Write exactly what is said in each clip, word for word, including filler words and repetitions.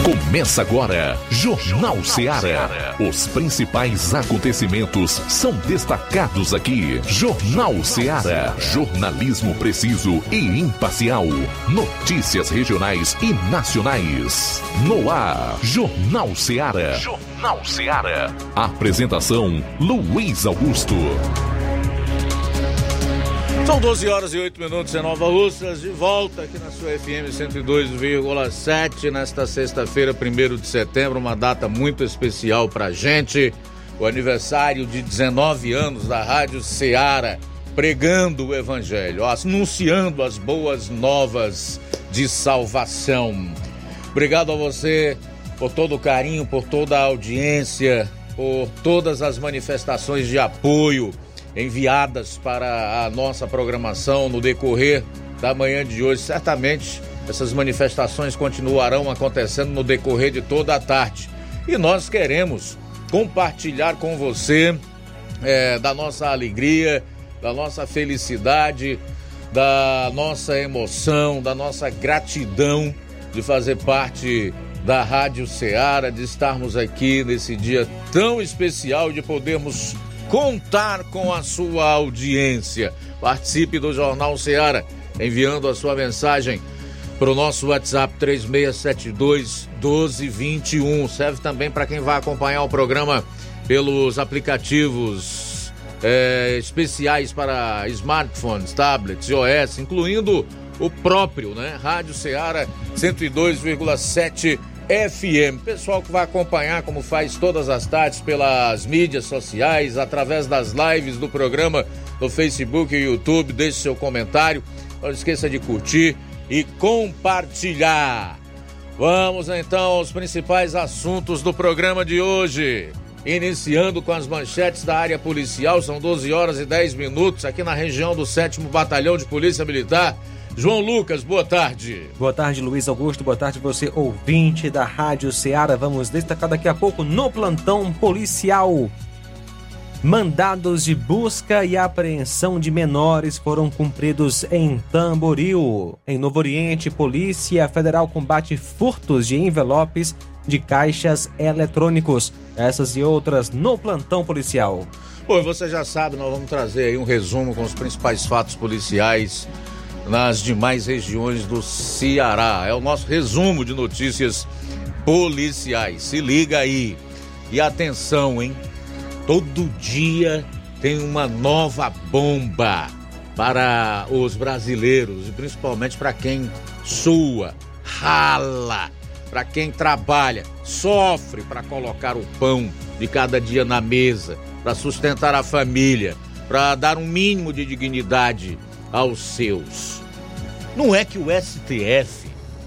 Começa agora, Jornal Ceará. Os principais acontecimentos são destacados aqui. Jornal Ceará. Jornalismo preciso e imparcial. Notícias regionais e nacionais. No ar, Jornal Ceará. Jornal Ceará. Apresentação, Luiz Augusto. São doze horas e oito minutos em Nova Russas, de volta aqui na sua F M cento e dois vírgula sete, nesta sexta-feira, primeiro de setembro, uma data muito especial pra gente, o aniversário de dezenove anos da Rádio Ceará, pregando o Evangelho, anunciando as boas novas de salvação. Obrigado a você por todo o carinho, por toda a audiência, por todas as manifestações de apoio enviadas para a nossa programação no decorrer da manhã de hoje. Certamente essas manifestações continuarão acontecendo no decorrer de toda a tarde. E nós queremos compartilhar com você é, da nossa alegria, da nossa felicidade, da nossa emoção, da nossa gratidão de fazer parte da Rádio Ceará, de estarmos aqui nesse dia tão especial, de podermos contar com a sua audiência. Participe do Jornal Ceará enviando a sua mensagem para o nosso WhatsApp três seis sete dois, um dois dois um. Serve também para quem vai acompanhar o programa pelos aplicativos é, especiais para smartphones, tablets, iOS, incluindo o próprio, né? Rádio Ceará cento e dois vírgula sete F M. Pessoal que vai acompanhar, como faz todas as tardes, pelas mídias sociais, através das lives do programa no Facebook e YouTube, deixe seu comentário, não esqueça de curtir e compartilhar. Vamos então aos principais assuntos do programa de hoje, iniciando com as manchetes da área policial. São doze horas e dez minutos aqui na região do sétimo Batalhão de Polícia Militar. João Lucas, boa tarde. Boa tarde, Luiz Augusto. Boa tarde, você ouvinte da Rádio Ceará. Vamos destacar daqui a pouco no plantão policial. Mandados de busca e apreensão de menores foram cumpridos em Tamboril. Em Novo Oriente, Polícia Federal combate furtos de envelopes de caixas eletrônicos. Essas e outras no plantão policial. Bom, você já sabe, nós vamos trazer aí um resumo com os principais fatos policiais nas demais regiões do Ceará. É o nosso resumo de notícias policiais. Se liga aí. E atenção, hein? Todo dia tem uma nova bomba para os brasileiros, e principalmente para quem sua, rala, para quem trabalha, sofre para colocar o pão de cada dia na mesa, para sustentar a família, para dar um mínimo de dignidade aos seus. Não é que o S T F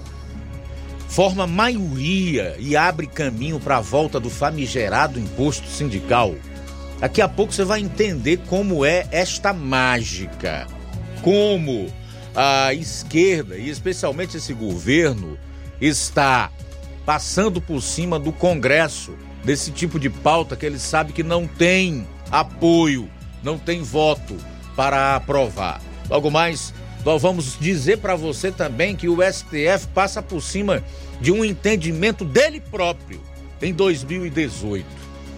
forma maioria e abre caminho para a volta do famigerado imposto sindical? Daqui a pouco você vai entender como é esta mágica, como a esquerda e especialmente esse governo está passando por cima do Congresso desse tipo de pauta que ele sabe que não tem apoio, não tem voto para aprovar. Logo mais, nós vamos dizer para você também que o S T F passa por cima de um entendimento dele próprio em dois mil e dezoito.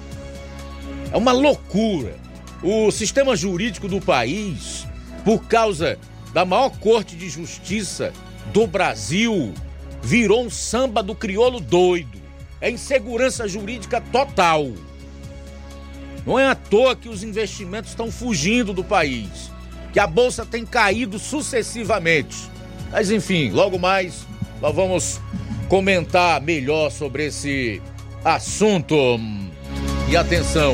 É uma loucura. O sistema jurídico do país, por causa da maior corte de justiça do Brasil, virou um samba do crioulo doido. É insegurança jurídica total. Não é à toa que os investimentos estão fugindo do país, que a bolsa tem caído sucessivamente. Mas enfim, logo mais nós vamos comentar melhor sobre esse assunto. E atenção,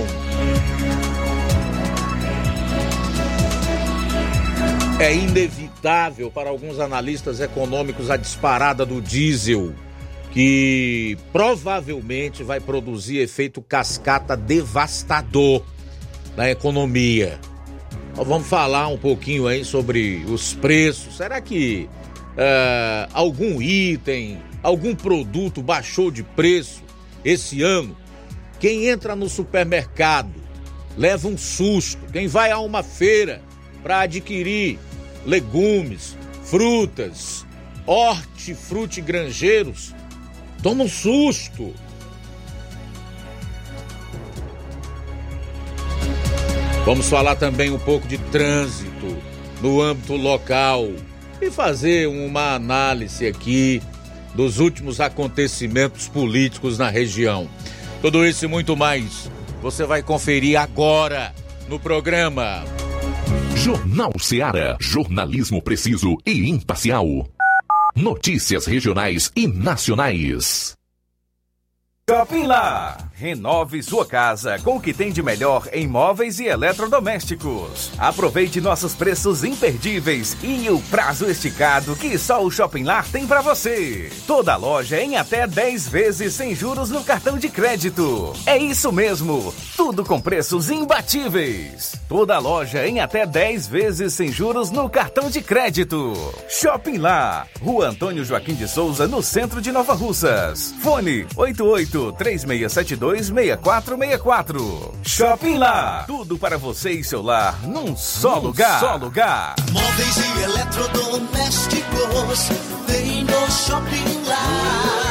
é inevitável para alguns analistas econômicos a disparada do diesel, que provavelmente vai produzir efeito cascata devastador na economia. Nós vamos falar um pouquinho aí sobre os preços. Será que uh, algum item, algum produto baixou de preço esse ano? Quem entra no supermercado leva um susto. Quem vai a uma feira para adquirir legumes, frutas, hortifruti granjeiros, toma um susto. Vamos falar também um pouco de trânsito no âmbito local e fazer uma análise aqui dos últimos acontecimentos políticos na região. Tudo isso e muito mais você vai conferir agora no programa Jornal Ceará, jornalismo preciso e imparcial. Notícias regionais e nacionais. Shopping Lá. Renove sua casa com o que tem de melhor em móveis e eletrodomésticos. Aproveite nossos preços imperdíveis e o prazo esticado que só o Shopping Lá tem para você. Toda loja em até dez vezes sem juros no cartão de crédito. É isso mesmo, tudo com preços imbatíveis. Toda loja em até dez vezes sem juros no cartão de crédito. Shopping Lá, Rua Antônio Joaquim de Souza, no centro de Nova Russas. Fone oito oito três seis sete dois seis quatro seis quatro. Shopping Lá, tudo para você e seu lar num só num lugar. Só lugar. Móveis e eletrodomésticos tem no Shopping Lá.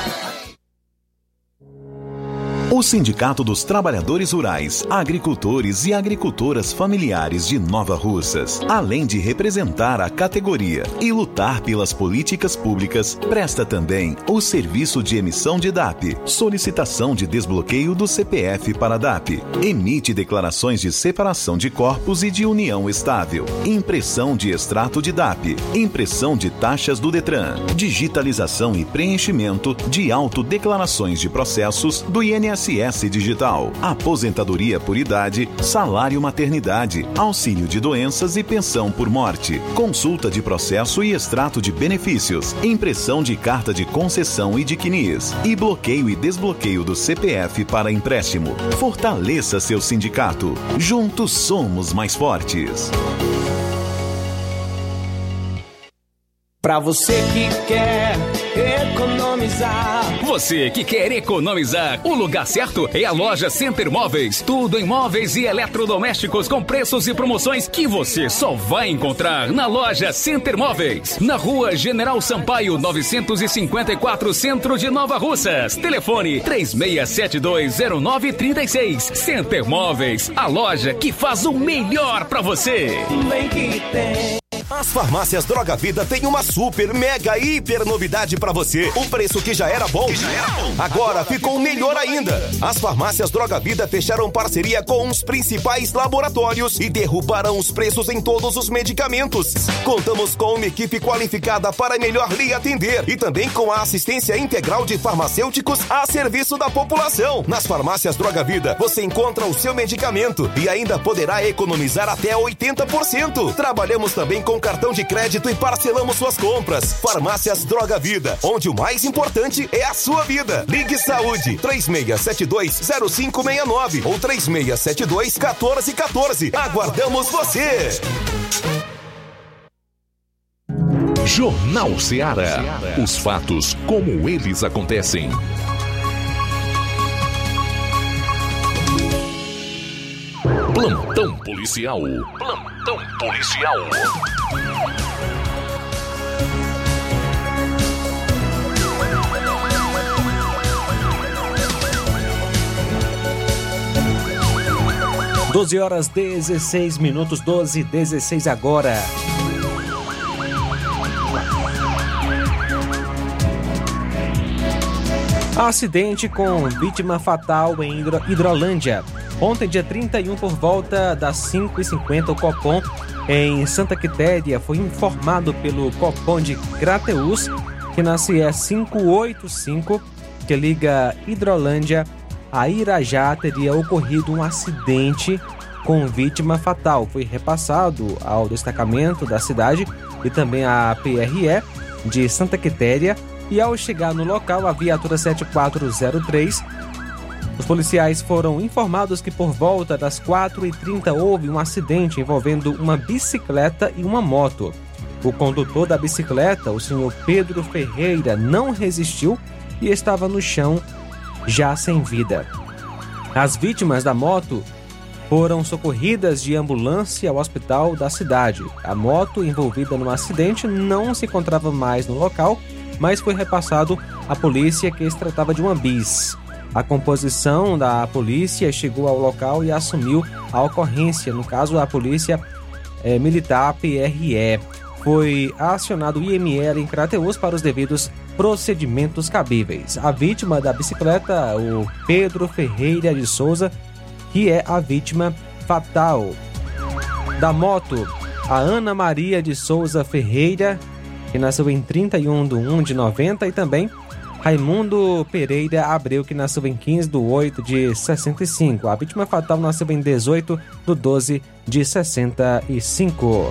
O Sindicato dos Trabalhadores Rurais, Agricultores e Agricultoras Familiares de Nova Russas, além de representar a categoria e lutar pelas políticas públicas, presta também o serviço de emissão de D A P, solicitação de desbloqueio do C P F para D A P, emite declarações de separação de corpos e de união estável, impressão de extrato de D A P, impressão de taxas do Detran, digitalização e preenchimento de autodeclarações de processos do I N S S Digital, aposentadoria por idade, salário maternidade, auxílio de doenças e pensão por morte, consulta de processo e extrato de benefícios, impressão de carta de concessão e de C N I S, e bloqueio e desbloqueio do C P F para empréstimo. Fortaleça seu sindicato. Juntos somos mais fortes. Pra você que quer economizar. Você que quer economizar, o lugar certo é a loja Center Móveis. Tudo em móveis e eletrodomésticos com preços e promoções que você só vai encontrar na loja Center Móveis. Na rua General Sampaio, novecentos e cinquenta e quatro, centro de Nova Russas. Telefone três seis sete dois zero nove três seis. Center Móveis, a loja que faz o melhor pra você. Bem que tem. As farmácias Droga Vida tem uma super, mega, hiper novidade pra você. Um preço que já era bom, já era bom. Agora ficou melhor ainda. As farmácias Droga Vida fecharam parceria com os principais laboratórios e derrubaram os preços em todos os medicamentos. Contamos com uma equipe qualificada para melhor lhe atender e também com a assistência integral de farmacêuticos a serviço da população. Nas farmácias Droga Vida você encontra o seu medicamento e ainda poderá economizar até oitenta por cento. Trabalhamos também com cartão de crédito e parcelamos suas compras. Farmácias Droga Vida, onde o mais importante é a sua vida. Ligue Saúde três seis sete dois zero cinco seis nove ou três seis sete dois um quatro um quatro. Aguardamos você! Jornal Ceará. Os fatos como eles acontecem. Plantão policial. Plantão policial. doze horas dezesseis minutos, doze e dezesseis agora. Acidente com vítima fatal em Hidro- Hidrolândia. Ontem, dia trinta e um, por volta das cinco e cinquenta, o Copom em Santa Quitéria foi informado pelo Copom de Crateús que na C E quinhentos e oitenta e cinco, que liga Hidrolândia a Irajá, teria ocorrido um acidente com vítima fatal. Foi repassado ao destacamento da cidade e também à P R E de Santa Quitéria, e ao chegar no local, a viatura sete quatro zero três, os policiais foram informados que por volta das quatro e trinta houve um acidente envolvendo uma bicicleta e uma moto. O condutor da bicicleta, o senhor Pedro Ferreira, não resistiu e estava no chão, já sem vida. As vítimas da moto foram socorridas de ambulância ao hospital da cidade. A moto envolvida no acidente não se encontrava mais no local, mas foi repassado a polícia que se tratava de uma bis. A composição da polícia chegou ao local e assumiu a ocorrência, no caso a polícia é, militar P R E. Foi acionado o I M L em Crateús para os devidos procedimentos cabíveis. A vítima da bicicleta, o Pedro Ferreira de Souza, que é a vítima fatal. Da moto, a Ana Maria de Souza Ferreira, que nasceu em trinta e um de um de noventa, e também Raimundo Pereira Abreu, que nasceu em quinze de oito de sessenta e cinco. A vítima fatal nasceu em dezoito de doze de sessenta e cinco.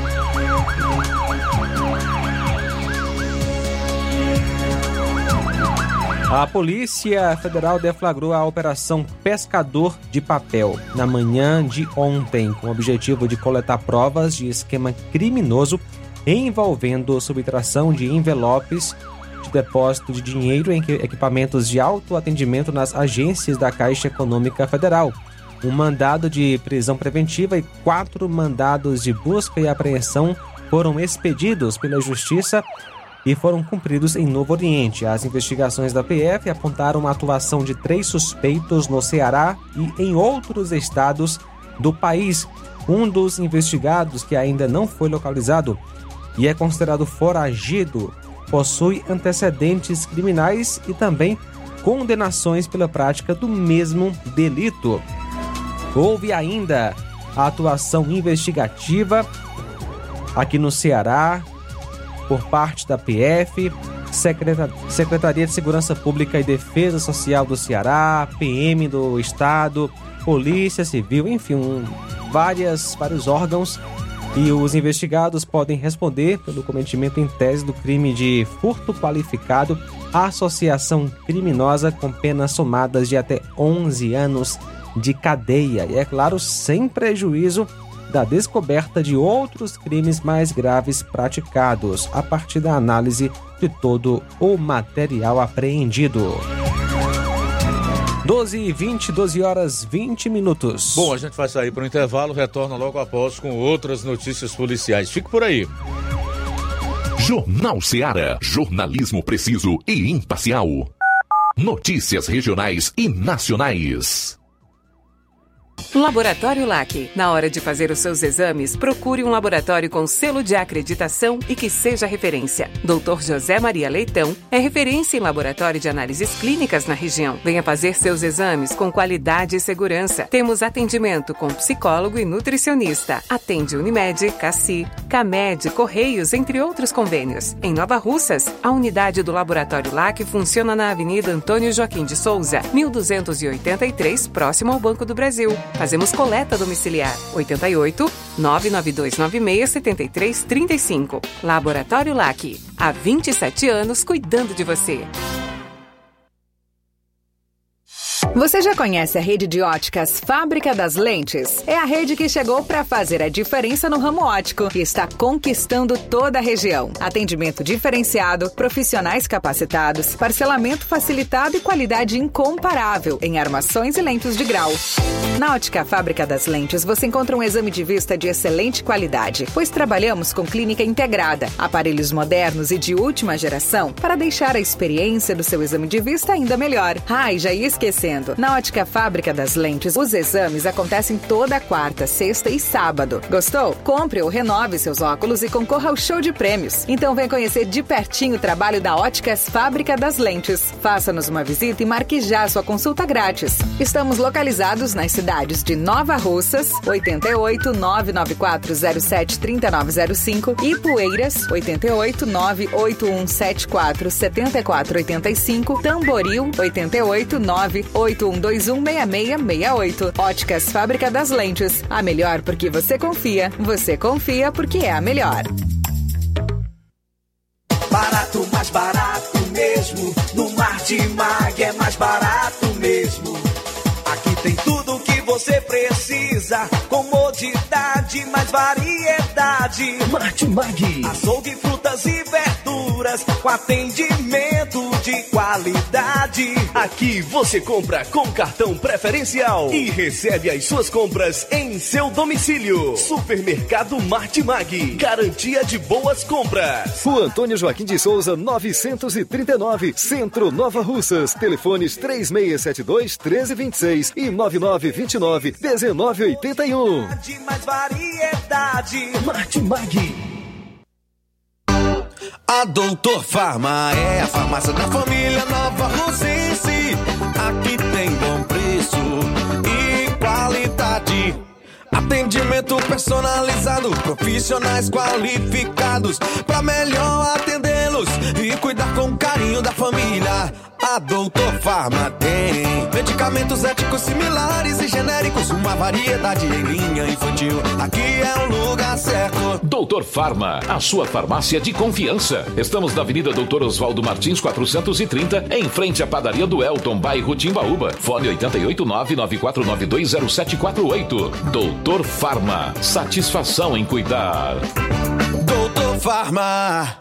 A Polícia Federal deflagrou a Operação Pescador de Papel na manhã de ontem, com o objetivo de coletar provas de esquema criminoso envolvendo subtração de envelopes de depósito de dinheiro em equipamentos de autoatendimento nas agências da Caixa Econômica Federal. Um mandado de prisão preventiva e quatro mandados de busca e apreensão foram expedidos pela Justiça e foram cumpridos em Novo Oriente. As investigações da P F apontaram a atuação de três suspeitos no Ceará e em outros estados do país. Um dos investigados, que ainda não foi localizado e é considerado foragido, possui antecedentes criminais e também condenações pela prática do mesmo delito. Houve ainda a atuação investigativa aqui no Ceará por parte da P F, Secretaria de Segurança Pública e Defesa Social do Ceará, P M do Estado, Polícia Civil, enfim, várias, vários órgãos. E os investigados podem responder pelo cometimento em tese do crime de furto qualificado, associação criminosa com penas somadas de até onze anos de cadeia. E, é claro, sem prejuízo da descoberta de outros crimes mais graves praticados, a partir da análise de todo o material apreendido. doze e vinte, doze horas e vinte minutos. Bom, a gente vai sair para o intervalo, retorna logo após com outras notícias policiais. Fique por aí. Jornal Ceará, jornalismo preciso e imparcial. Notícias regionais e nacionais. Laboratório L A C. Na hora de fazer os seus exames, procure um laboratório com selo de acreditação e que seja referência. doutor José Maria Leitão é referência em laboratório de análises clínicas na região. Venha fazer seus exames com qualidade e segurança. Temos atendimento com psicólogo e nutricionista. Atende Unimed, Cassi, Camed, Correios, entre outros convênios. Em Nova Russas, a unidade do Laboratório L A C funciona na Avenida Antônio Joaquim de Souza, mil duzentos e oitenta e três, próximo ao Banco do Brasil. Fazemos coleta domiciliar. oito oito, nove nove dois nove seis, sete três três cinco. Laboratório L A C. Há vinte e sete anos cuidando de você. Você já conhece a rede de óticas Fábrica das Lentes? É a rede que chegou para fazer a diferença no ramo óptico e está conquistando toda a região. Atendimento diferenciado, profissionais capacitados, parcelamento facilitado e qualidade incomparável em armações e lentes de grau. Na Ótica Fábrica das Lentes você encontra um exame de vista de excelente qualidade, pois trabalhamos com clínica integrada, aparelhos modernos e de última geração para deixar a experiência do seu exame de vista ainda melhor. Ai, já ia esquecendo. Na Ótica Fábrica das Lentes, os exames acontecem toda quarta, sexta e sábado. Gostou? Compre ou renove seus óculos e concorra ao show de prêmios. Então vem conhecer de pertinho o trabalho da Óticas Fábrica das Lentes. Faça-nos uma visita e marque já sua consulta grátis. Estamos localizados nas cidades de Nova Russas, oito oito, nove nove quatro zero sete, três nove zero cinco, e Poeiras, oito oito, nove oito um sete quatro, sete quatro oito cinco, Tamboril, oito oito, nove oito um dois um seis seis seis oito. Óticas Fábrica das Lentes. A melhor porque você confia. Você confia porque é a melhor. Barato, mais barato mesmo. No Martimag é mais barato mesmo. Aqui tem tudo o que você precisa. Comodidade, mais variedade. Martimag. Açougue, frutas e verduras com atendimento de qualidade. Aqui você compra com cartão preferencial e recebe as suas compras em seu domicílio. Supermercado Martimag, garantia de boas compras. Rua Antônio Joaquim de Souza, novecentos e trinta e nove, Centro, Nova Russas. Telefones três seis sete dois, um três dois seis e nove nove dois nove, um nove oito um. De mais variedade. Martimag. A Doutor Farma é a farmácia da família Nova Russense. Aqui tem bom preço e qualidade. Atendimento personalizado, profissionais qualificados para melhor atendê-los e cuidar com carinho da família. A Doutor Farma tem medicamentos éticos similares e genéricos, uma variedade em linha infantil. Aqui é o lugar certo. Doutor Farma, a sua farmácia de confiança. Estamos na Avenida Doutor Oswaldo Martins quatrocentos e trinta, em frente à padaria do Elton, bairro Timbaúba. Fone oito oito nove, nove quatro nove dois zero sete quatro oito. Doutor Farma, satisfação em cuidar. Doutor Farma.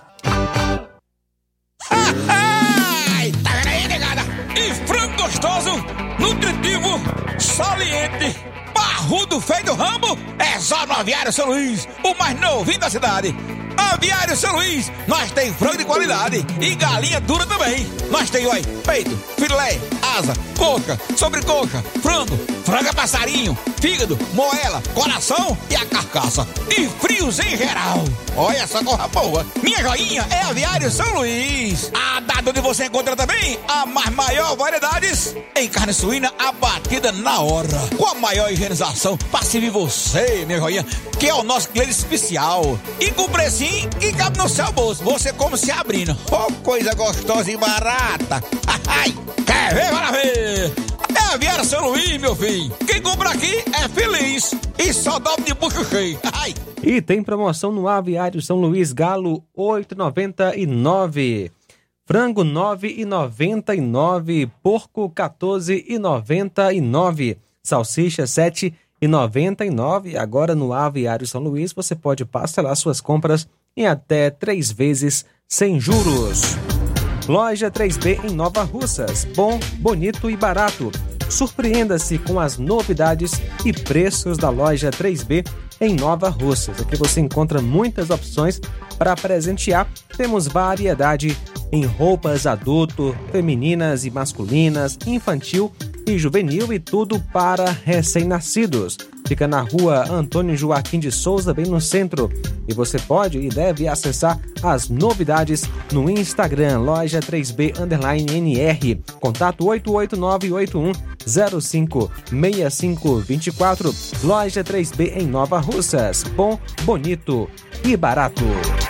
Ai, tá vendo aí, negada? E frango gostoso, nutritivo, saliente, parrudo, feio do ramo, é só no Aviário São Luís, o mais novinho da cidade. Aviário São Luís, nós tem frango de qualidade e galinha dura também. Nós tem, oi, peito, filé, asa, coxa, sobrecoxa, frango, franga passarinho, fígado, moela, coração e a carcaça. E frios em geral. Olha essa corra boa. Minha joinha é Aviário São Luís. A data onde você encontra também a mais maior variedades em carne suína abatida na hora. Com a maior higienização para servir você, minha joinha, que é o nosso cliente especial. E com precinho e cabe no seu bolso. Você como se abrindo. Oh, coisa gostosa e barata. Ai, quer ver? Bora ver. É Aviário São Luís, meu filho. Quem compra aqui é feliz. E só dobra de bucho cheio. Ai. E tem promoção no Aviário São Luís, galo oito reais e noventa e nove centavos. Frango nove reais e noventa e nove centavos. Porco quatorze reais e noventa e nove centavos. Salsicha sete reais e noventa e nove centavos. Agora no Aviário São Luís você pode parcelar suas compras em até três vezes sem juros. Loja três B em Nova Russas. Bom, bonito e barato. Surpreenda-se com as novidades e preços da Loja três B em Nova Russas. Aqui você encontra muitas opções para presentear. Temos variedade em roupas adulto, femininas e masculinas, infantil e juvenil e tudo para recém-nascidos. Fica na rua Antônio Joaquim de Souza, bem no centro. E você pode e deve acessar as novidades no Instagram, loja três B underline N R. Contato oito oito nove oito um zero cinco seis cinco dois quatro. Loja três B em Nova Russas. Bom, bonito e barato.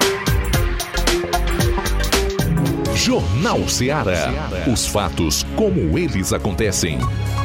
Jornal Ceará. Os fatos como eles acontecem.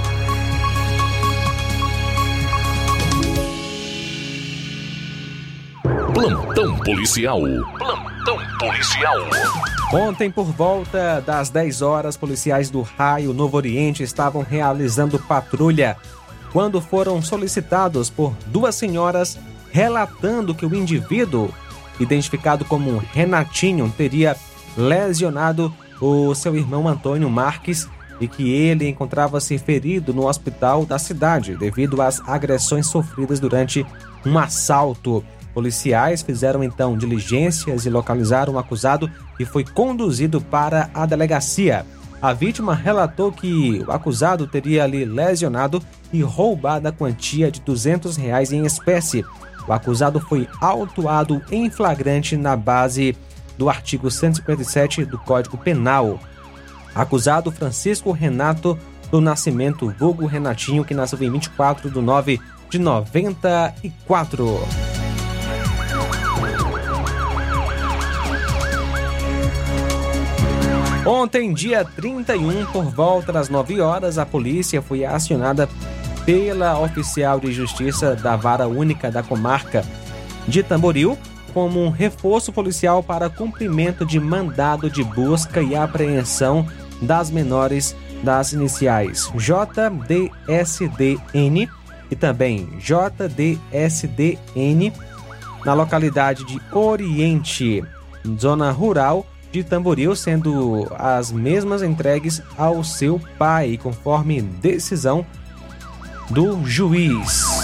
Plantão policial. Plantão policial. Ontem, por volta das dez horas, policiais do Raio Novo Oriente estavam realizando patrulha quando foram solicitados por duas senhoras relatando que o indivíduo, identificado como Renatinho, teria lesionado o seu irmão Antônio Marques e que ele encontrava-se ferido no hospital da cidade devido às agressões sofridas durante um assalto. Policiais fizeram então diligências e localizaram o acusado e foi conduzido para a delegacia. A vítima relatou que o acusado teria lhe lesionado e roubado a quantia de duzentos reais em espécie. O acusado foi autuado em flagrante na base do artigo cento e cinquenta e sete do Código Penal. Acusado Francisco Renato do Nascimento, vulgo Renatinho, que nasceu em vinte e quatro de nove de noventa e quatro. Ontem, dia trinta e um, por volta das nove horas, a polícia foi acionada pela oficial de justiça da Vara Única da Comarca de Tamboril como um reforço policial para cumprimento de mandado de busca e apreensão das menores das iniciais J D S D N e também J D S D N na localidade de Oriente, zona rural de Tamboril, sendo as mesmas entregues ao seu pai, conforme decisão do juiz.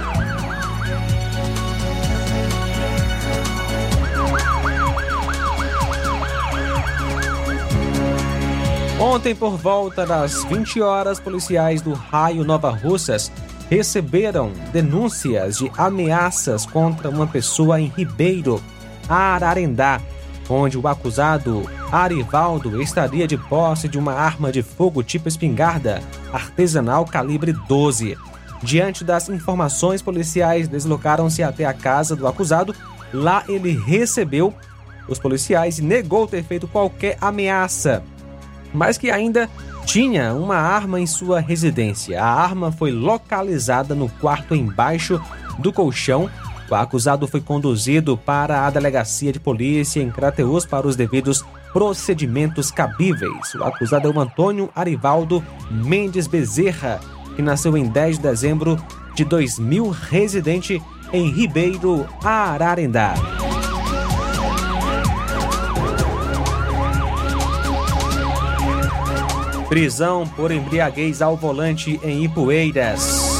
Ontem, por volta das vinte horas, policiais do Raio Nova Russas receberam denúncias de ameaças contra uma pessoa em Ribeiro, Ararendá, onde o acusado Arivaldo estaria de posse de uma arma de fogo tipo espingarda artesanal calibre doze. Diante das informações, policiais deslocaram-se até a casa do acusado. Lá ele recebeu os policiais e negou ter feito qualquer ameaça, mas que ainda tinha uma arma em sua residência. A arma foi localizada no quarto embaixo do colchão. O acusado foi conduzido para a delegacia de polícia em Crateús para os devidos procedimentos cabíveis. O acusado é o Antônio Arivaldo Mendes Bezerra, que nasceu em dez de dezembro de dois mil, residente em Ribeiro, Ararendá. Prisão por embriaguez ao volante em Ipueiras.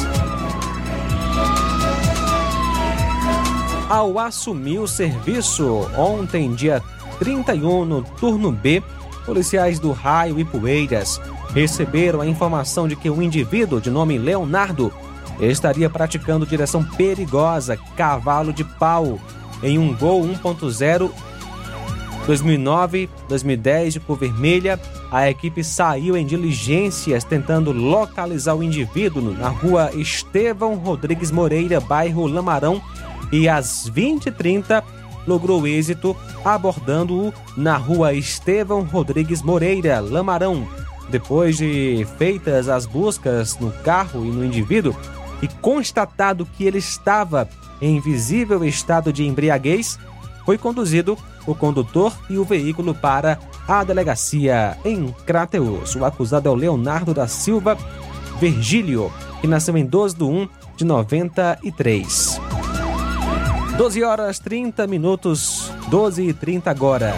Ao assumir o serviço ontem, dia trinta e um, no turno B, policiais do Raio Ipueiras receberam a informação de que um indivíduo de nome Leonardo estaria praticando direção perigosa, cavalo de pau, em um Gol um ponto zero dois mil e nove dois mil e dez de cor vermelha. A equipe saiu em diligências tentando localizar o indivíduo na rua Estevão Rodrigues Moreira, bairro Lamarão, e às vinte e trinta logrou êxito abordando-o na rua Estevão Rodrigues Moreira, Lamarão. Depois de feitas as buscas no carro e no indivíduo e constatado que ele estava em visível estado de embriaguez, foi conduzido o condutor e o veículo para a delegacia em Crateús. O acusado é o Leonardo da Silva Virgílio, que nasceu em doze de um de noventa e três. doze horas trinta minutos, doze e trinta agora.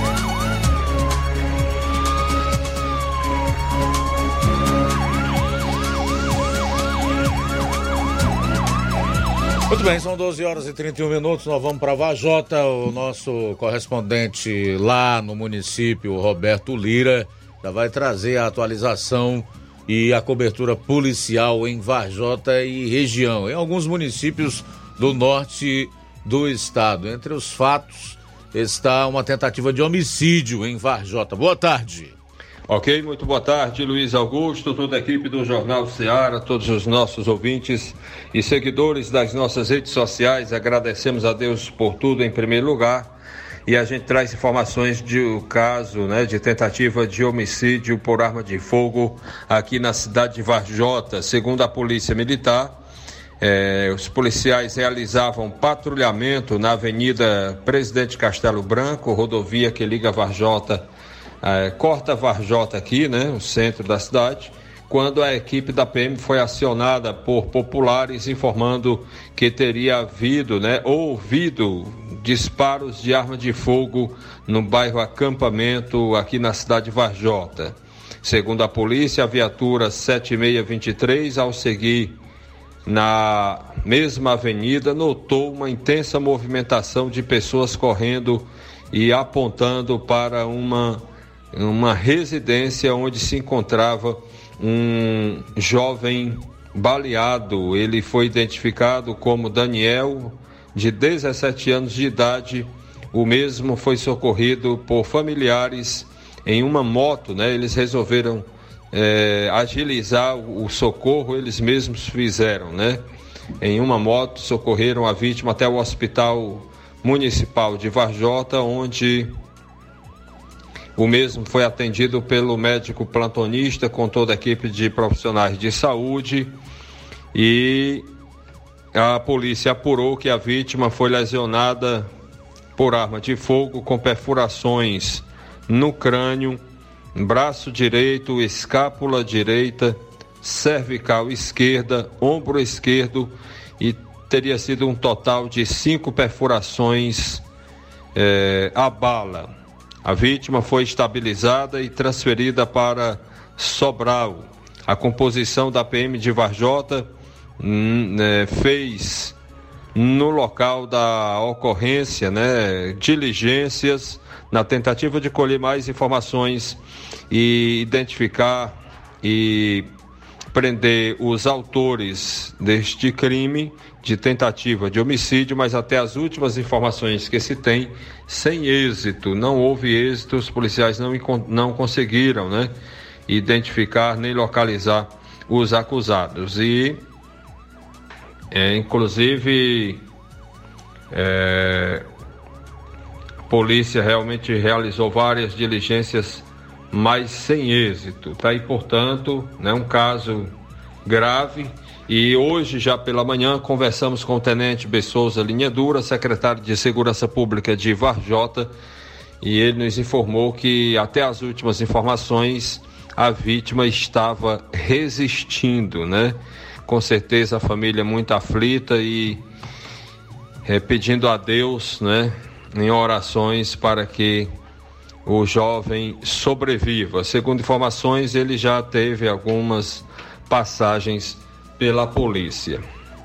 Muito bem, são doze horas e trinta e um minutos, nós vamos para Varjota. O nosso correspondente lá no município, Roberto Lira, já vai trazer a atualização e a cobertura policial em Varjota e região, em alguns municípios do norte do estado. Entre os fatos está uma tentativa de homicídio em Varjota. Boa tarde. Ok, muito boa tarde, Luiz Augusto, toda a equipe do Jornal Ceará, todos os nossos ouvintes e seguidores das nossas redes sociais. Agradecemos a Deus por tudo em primeiro lugar, e a gente traz informações do caso, né, de tentativa de homicídio por arma de fogo aqui na cidade de Varjota. Segundo a Polícia Militar, eh, os policiais realizavam patrulhamento na Avenida Presidente Castelo Branco, rodovia que liga Varjota, É, corta Varjota aqui, né, o centro da cidade, quando a equipe da P M foi acionada por populares informando que teria havido, né, ouvido disparos de arma de fogo no bairro Acampamento, aqui na cidade de Varjota. Segundo a polícia, a viatura sete seis dois três, ao seguir na mesma avenida, notou uma intensa movimentação de pessoas correndo e apontando para uma uma residência onde se encontrava um jovem baleado. Ele foi identificado como Daniel, de dezessete anos de idade. O mesmo foi socorrido por familiares em uma moto, né? Eles resolveram é, agilizar o socorro, eles mesmos fizeram, né? Em uma moto, socorreram a vítima até o Hospital Municipal de Varjota, onde o mesmo foi atendido pelo médico plantonista com toda a equipe de profissionais de saúde, e a polícia apurou que a vítima foi lesionada por arma de fogo com perfurações no crânio, braço direito, escápula direita, cervical esquerda, ombro esquerdo, e teria sido um total de cinco perfurações é, a bala. A vítima foi estabilizada e transferida para Sobral. A composição da P M de Varjota hum, né, fez no local da ocorrência, né, diligências na tentativa de colher mais informações e identificar e prender os autores deste crime de tentativa de homicídio, mas até as últimas informações que se tem, sem êxito, não houve êxito, os policiais não, não conseguiram, né, identificar nem localizar os acusados. E, é, inclusive, é, a polícia realmente realizou várias diligências, mas sem êxito, tá? E, portanto, né, um caso grave. E hoje, já pela manhã, conversamos com o Tenente B. Souza Linha Dura, secretário de Segurança Pública de Varjota, e ele nos informou que, até as últimas informações, a vítima estava resistindo, né? Com certeza a família muito aflita e é, pedindo a Deus, né, em orações para que o jovem sobreviva. Segundo informações, ele já teve algumas passagens pela polícia.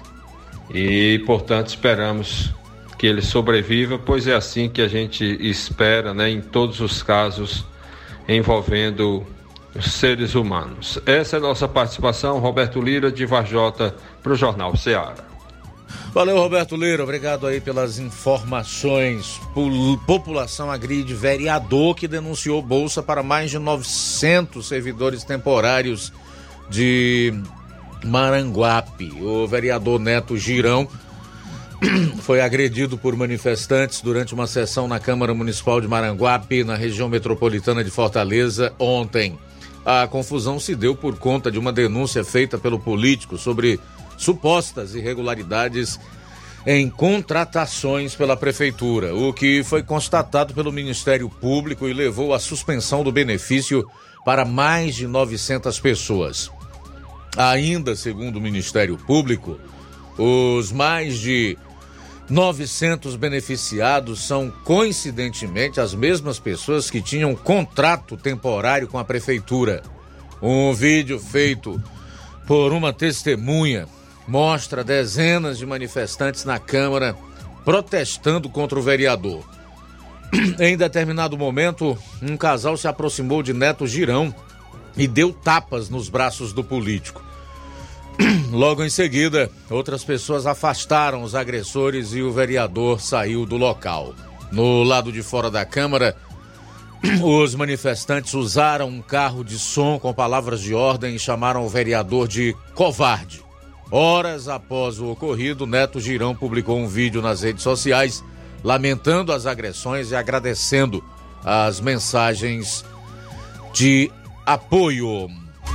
E, portanto, esperamos que ele sobreviva, pois é assim que a gente espera, né, em todos os casos envolvendo seres humanos. Essa é a nossa participação. Roberto Lira, de Varjota, para o Jornal Ceará. Valeu, Roberto Lira, obrigado aí pelas informações. População agride vereador que denunciou bolsa para mais de novecentos servidores temporários de Maranguape. O vereador Neto Girão foi agredido por manifestantes durante uma sessão na Câmara Municipal de Maranguape, na região metropolitana de Fortaleza, ontem. A confusão se deu por conta de uma denúncia feita pelo político sobre supostas irregularidades em contratações pela Prefeitura, o que foi constatado pelo Ministério Público e levou à suspensão do benefício para mais de novecentas pessoas. Ainda, segundo o Ministério Público, os mais de novecentos beneficiados são, coincidentemente, as mesmas pessoas que tinham contrato temporário com a Prefeitura. Um vídeo feito por uma testemunha mostra dezenas de manifestantes na Câmara protestando contra o vereador. Em determinado momento, um casal se aproximou de Neto Girão e deu tapas nos braços do político. Logo em seguida, outras pessoas afastaram os agressores e o vereador saiu do local. No lado de fora da Câmara, os manifestantes usaram um carro de som com palavras de ordem e chamaram o vereador de covarde. Horas após o ocorrido, Neto Girão publicou um vídeo nas redes sociais lamentando as agressões e agradecendo as mensagens de apoio.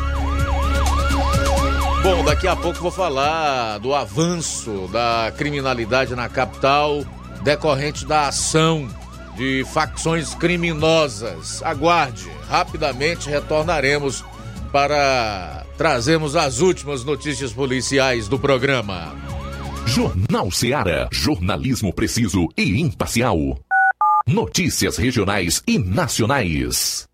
Bom, daqui a pouco vou falar do avanço da criminalidade na capital decorrente da ação de facções criminosas. Aguarde, rapidamente retornaremos para trazermos as últimas notícias policiais do programa. Jornal Ceará, jornalismo preciso e imparcial. Notícias regionais e nacionais.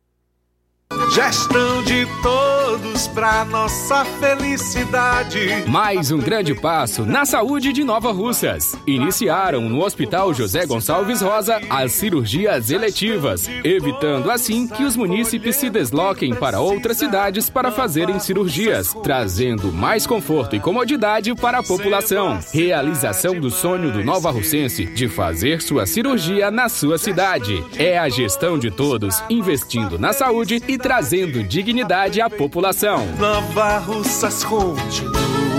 Gestão de todos para nossa felicidade. Mais um grande passo na saúde de Nova Russas. Iniciaram no Hospital José Gonçalves Rosa as cirurgias eletivas, evitando assim que os munícipes se desloquem para outras cidades para fazerem cirurgias, trazendo mais conforto e comodidade para a população. Realização do sonho do Nova Russense de fazer sua cirurgia na sua cidade. É a gestão de todos, investindo na saúde e trazendo dignidade à população. Nova Russas continua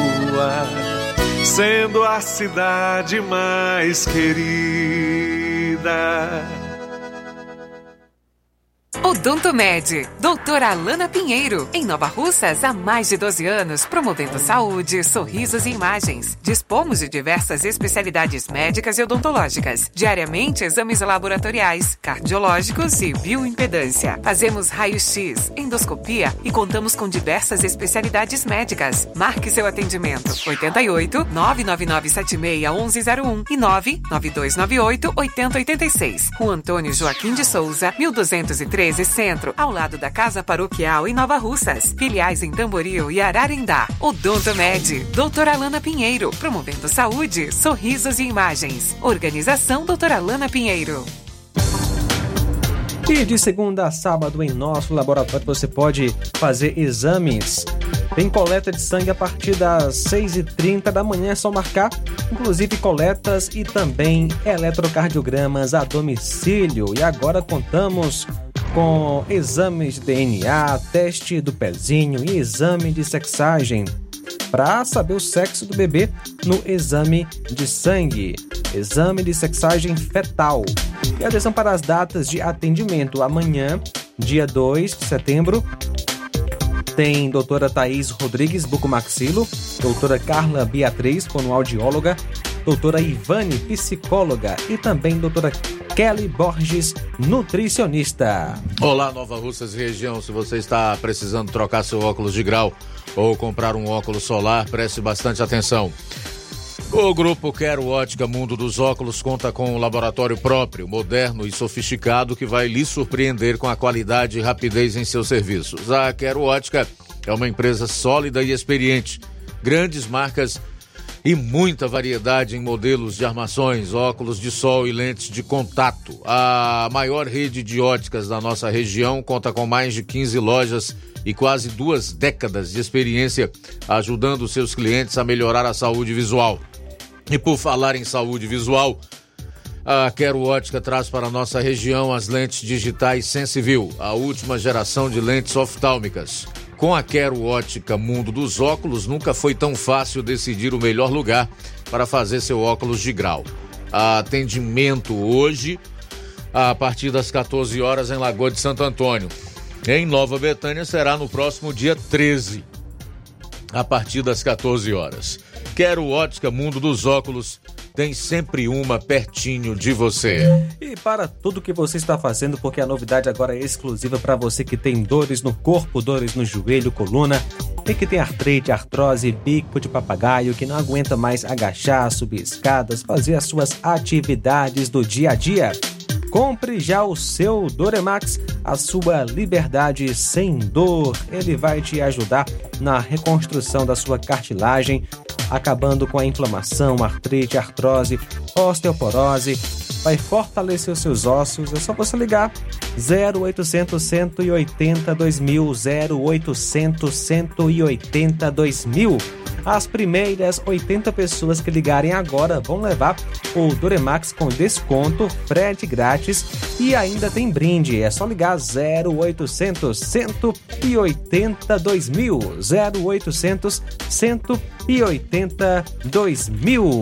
sendo a cidade mais querida. Odonto Med, doutora Alana Pinheiro, em Nova Russas há mais de doze anos, promovendo saúde, sorrisos e imagens. Dispomos de diversas especialidades médicas e odontológicas. Diariamente, exames laboratoriais, cardiológicos e bioimpedância. Fazemos raio-x, endoscopia e contamos com diversas especialidades médicas. Marque seu atendimento. oito oito, nove nove nove sete seis, um um zero um e nove nove dois nove oito, oito zero oito seis. Rua Antônio Joaquim de Souza, mil duzentos e treze, Centro, ao lado da Casa Paroquial em Nova Russas. Filiais em Tamboril e Ararindá. Odonto Med, doutora Alana Pinheiro, promovendo saúde, sorrisos e imagens. Organização doutora Alana Pinheiro. E de segunda a sábado em nosso laboratório você pode fazer exames. Tem coleta de sangue a partir das seis e trinta da manhã, é só marcar. Inclusive coletas e também eletrocardiogramas a domicílio. E agora contamos com exames de D N A, teste do pezinho e exame de sexagem para saber o sexo do bebê no exame de sangue, exame de sexagem fetal. E atenção para as datas de atendimento. Amanhã, dia dois de setembro, tem doutora Thaís Rodrigues, bucomaxilo, doutora Carla Beatriz, fonoaudióloga, doutora Ivane, psicóloga e também doutora Kelly Borges, nutricionista. Olá, Nova Russas e região. Se você está precisando trocar seu óculos de grau ou comprar um óculos solar, preste bastante atenção. O Grupo Quero Ótica Mundo dos Óculos conta com um laboratório próprio, moderno e sofisticado que vai lhe surpreender com a qualidade e rapidez em seus serviços. A Quero Ótica é uma empresa sólida e experiente, grandes marcas e muita variedade em modelos de armações, óculos de sol e lentes de contato. A maior rede de óticas da nossa região conta com mais de quinze lojas e quase duas décadas de experiência ajudando seus clientes a melhorar a saúde visual. E por falar em saúde visual, a Quero Ótica traz para a nossa região as lentes digitais Sensiview, a última geração de lentes oftálmicas. Com a Quero Ótica Mundo dos Óculos, nunca foi tão fácil decidir o melhor lugar para fazer seu óculos de grau. Atendimento hoje, a partir das quatorze horas, em Lagoa de Santo Antônio. Em Nova Betânia será no próximo dia treze, a partir das quatorze horas. Quero Ótica Mundo dos Óculos, tem sempre uma pertinho de você. E para tudo que você está fazendo, porque a novidade agora é exclusiva para você que tem dores no corpo, dores no joelho, coluna, e que tem artrite, artrose, bico de papagaio, que não aguenta mais agachar, subir escadas, fazer as suas atividades do dia a dia. Compre já o seu Doremax, a sua liberdade sem dor. Ele vai te ajudar na reconstrução da sua cartilagem, acabando com a inflamação, artrite, artrose, osteoporose. Vai fortalecer os seus ossos. É só você ligar zero oitocentos, cento e oitenta, dois mil, zero oitocentos, cento e oitenta, dois mil. As primeiras oitenta pessoas que ligarem agora vão levar o Doremax com desconto, frete grátis e ainda tem brinde. É só ligar zero oitocentos, cento e oitenta, dois mil, zero oitocentos, cento e oitenta, dois mil.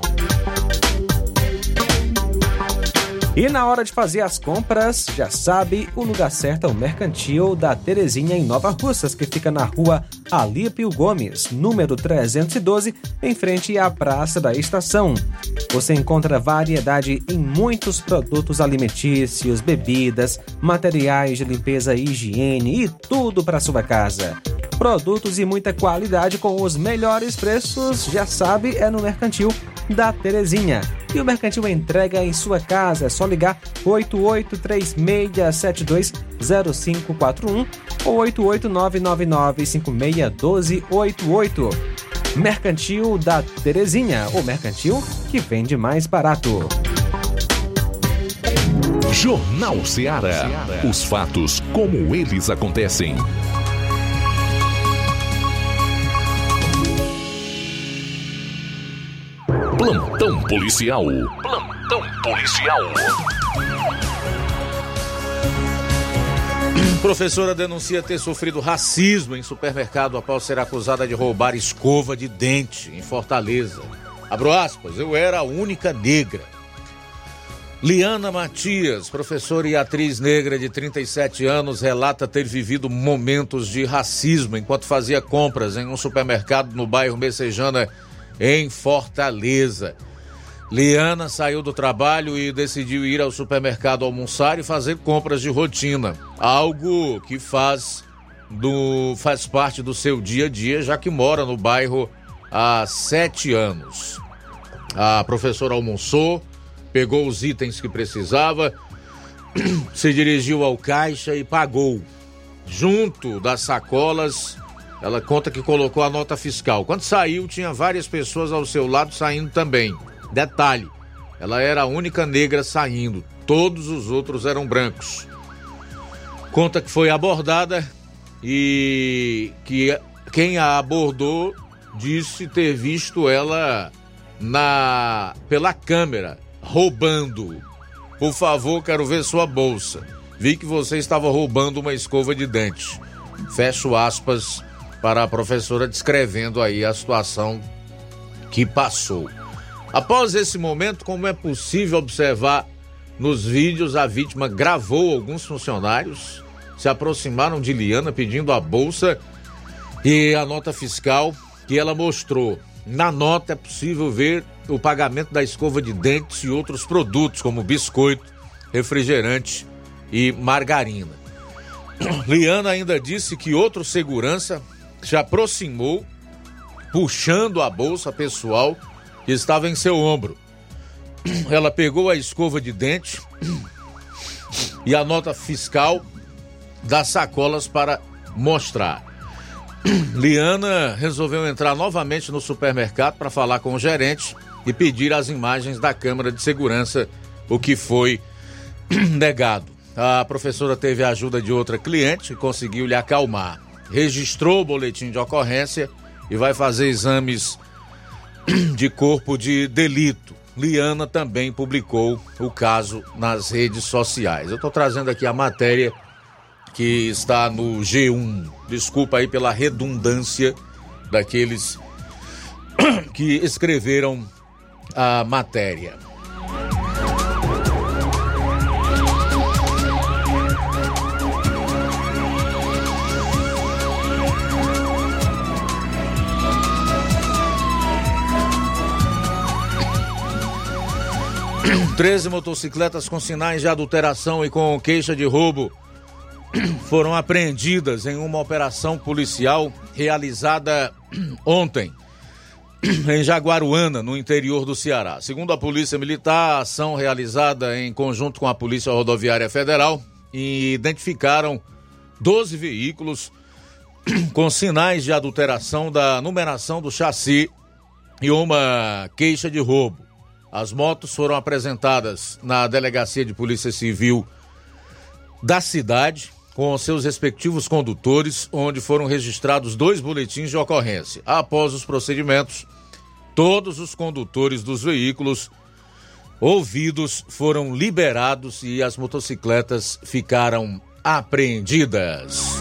E na hora de fazer as compras, já sabe, o lugar certo é o Mercantil da Terezinha em Nova Russas, que fica na rua Alípio Gomes, número trezentos e doze, em frente à Praça da Estação. Você encontra variedade em muitos produtos alimentícios, bebidas, materiais de limpeza e higiene e tudo para sua casa. Produtos e muita qualidade com os melhores preços, já sabe, é no Mercantil da Terezinha. E o Mercantil entrega em sua casa, é só ligar oito oito três seis sete dois zero cinco quatro um ou oito oito nove nove nove cinco seis um dois oito oito. Mercantil da Terezinha, o mercantil que vende mais barato. Jornal Ceará. Os fatos como eles acontecem. Plantão policial. Plantão policial. Professora denuncia ter sofrido racismo em supermercado após ser acusada de roubar escova de dente em Fortaleza. Abro aspas, eu era a única negra. Liana Matias, professora e atriz negra de trinta e sete anos, relata ter vivido momentos de racismo enquanto fazia compras em um supermercado no bairro Messejana, em Fortaleza. Liana saiu do trabalho e decidiu ir ao supermercado almoçar e fazer compras de rotina, algo que faz, do, faz parte do seu dia a dia, já que mora no bairro há sete anos. A professora almoçou, pegou os itens que precisava, se dirigiu ao caixa e pagou. Junto das sacolas, ela conta que colocou a nota fiscal. Quando saiu, tinha várias pessoas ao seu lado saindo também. Detalhe, ela era a única negra saindo, todos os outros eram brancos. Conta que foi abordada e que quem a abordou disse ter visto ela na pela câmera roubando. Por favor, quero ver sua bolsa. Vi que você estava roubando uma escova de dente. Fecho aspas para a professora descrevendo aí a situação que passou. Após esse momento, como é possível observar nos vídeos, a vítima gravou alguns funcionários, se aproximaram de Liana pedindo a bolsa e a nota fiscal que ela mostrou. Na nota é possível ver o pagamento da escova de dentes e outros produtos, como biscoito, refrigerante e margarina. Liana ainda disse que outro segurança se aproximou, puxando a bolsa pessoal que estava em seu ombro. Ela pegou a escova de dente e a nota fiscal das sacolas para mostrar. Liana resolveu entrar novamente no supermercado para falar com o gerente e pedir as imagens da câmera de segurança, o que foi negado. A professora teve a ajuda de outra cliente que conseguiu lhe acalmar. Registrou o boletim de ocorrência e vai fazer exames de corpo de delito. Liana também publicou o caso nas redes sociais. Eu estou trazendo aqui a matéria que está no G um. Desculpa aí pela redundância daqueles que escreveram a matéria. treze motocicletas com sinais de adulteração e com queixa de roubo foram apreendidas em uma operação policial realizada ontem em Jaguaruana, no interior do Ceará. Segundo a Polícia Militar, a ação realizada em conjunto com a Polícia Rodoviária Federal identificaram doze veículos com sinais de adulteração da numeração do chassi e uma queixa de roubo. As motos foram apresentadas na Delegacia de Polícia Civil da cidade, com seus respectivos condutores, onde foram registrados dois boletins de ocorrência. Após os procedimentos, todos os condutores dos veículos ouvidos foram liberados e as motocicletas ficaram apreendidas.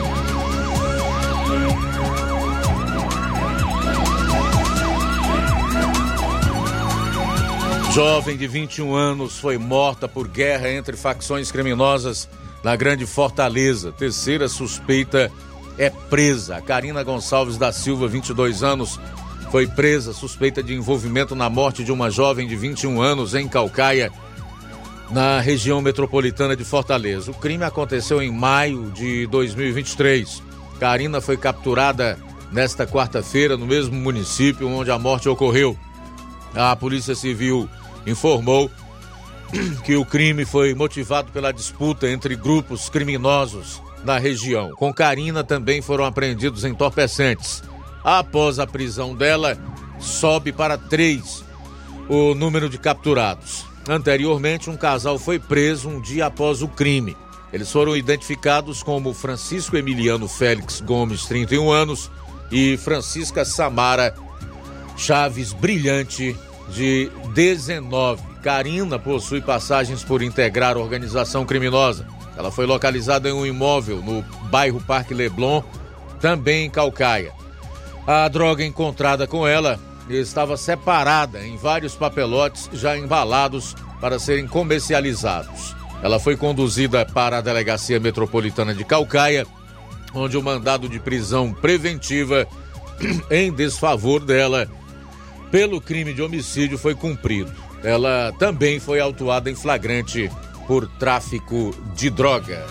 Jovem de vinte e um anos foi morta por guerra entre facções criminosas na Grande Fortaleza. Terceira suspeita é presa. A Karina Gonçalves da Silva, vinte e dois anos, foi presa suspeita de envolvimento na morte de uma jovem de vinte e um anos em Caucaia, na região metropolitana de Fortaleza. O crime aconteceu em maio de dois mil e vinte e três. Karina foi capturada nesta quarta-feira no mesmo município onde a morte ocorreu. A Polícia Civil informou que o crime foi motivado pela disputa entre grupos criminosos na região. Com Karina também foram apreendidos entorpecentes. Após a prisão dela, sobe para três o número de capturados. Anteriormente, um casal foi preso um dia após o crime. Eles foram identificados como Francisco Emiliano Félix Gomes, trinta e um anos, e Francisca Samara Chaves Brilhante, de dezenove. Karina possui passagens por integrar organização criminosa. Ela foi localizada em um imóvel no bairro Parque Leblon, também em Caucaia. A droga encontrada com ela estava separada em vários papelotes já embalados para serem comercializados. Ela foi conduzida para a Delegacia Metropolitana de Caucaia, onde o mandado de prisão preventiva em desfavor dela pelo crime de homicídio foi cumprido. Ela também foi autuada em flagrante por tráfico de drogas.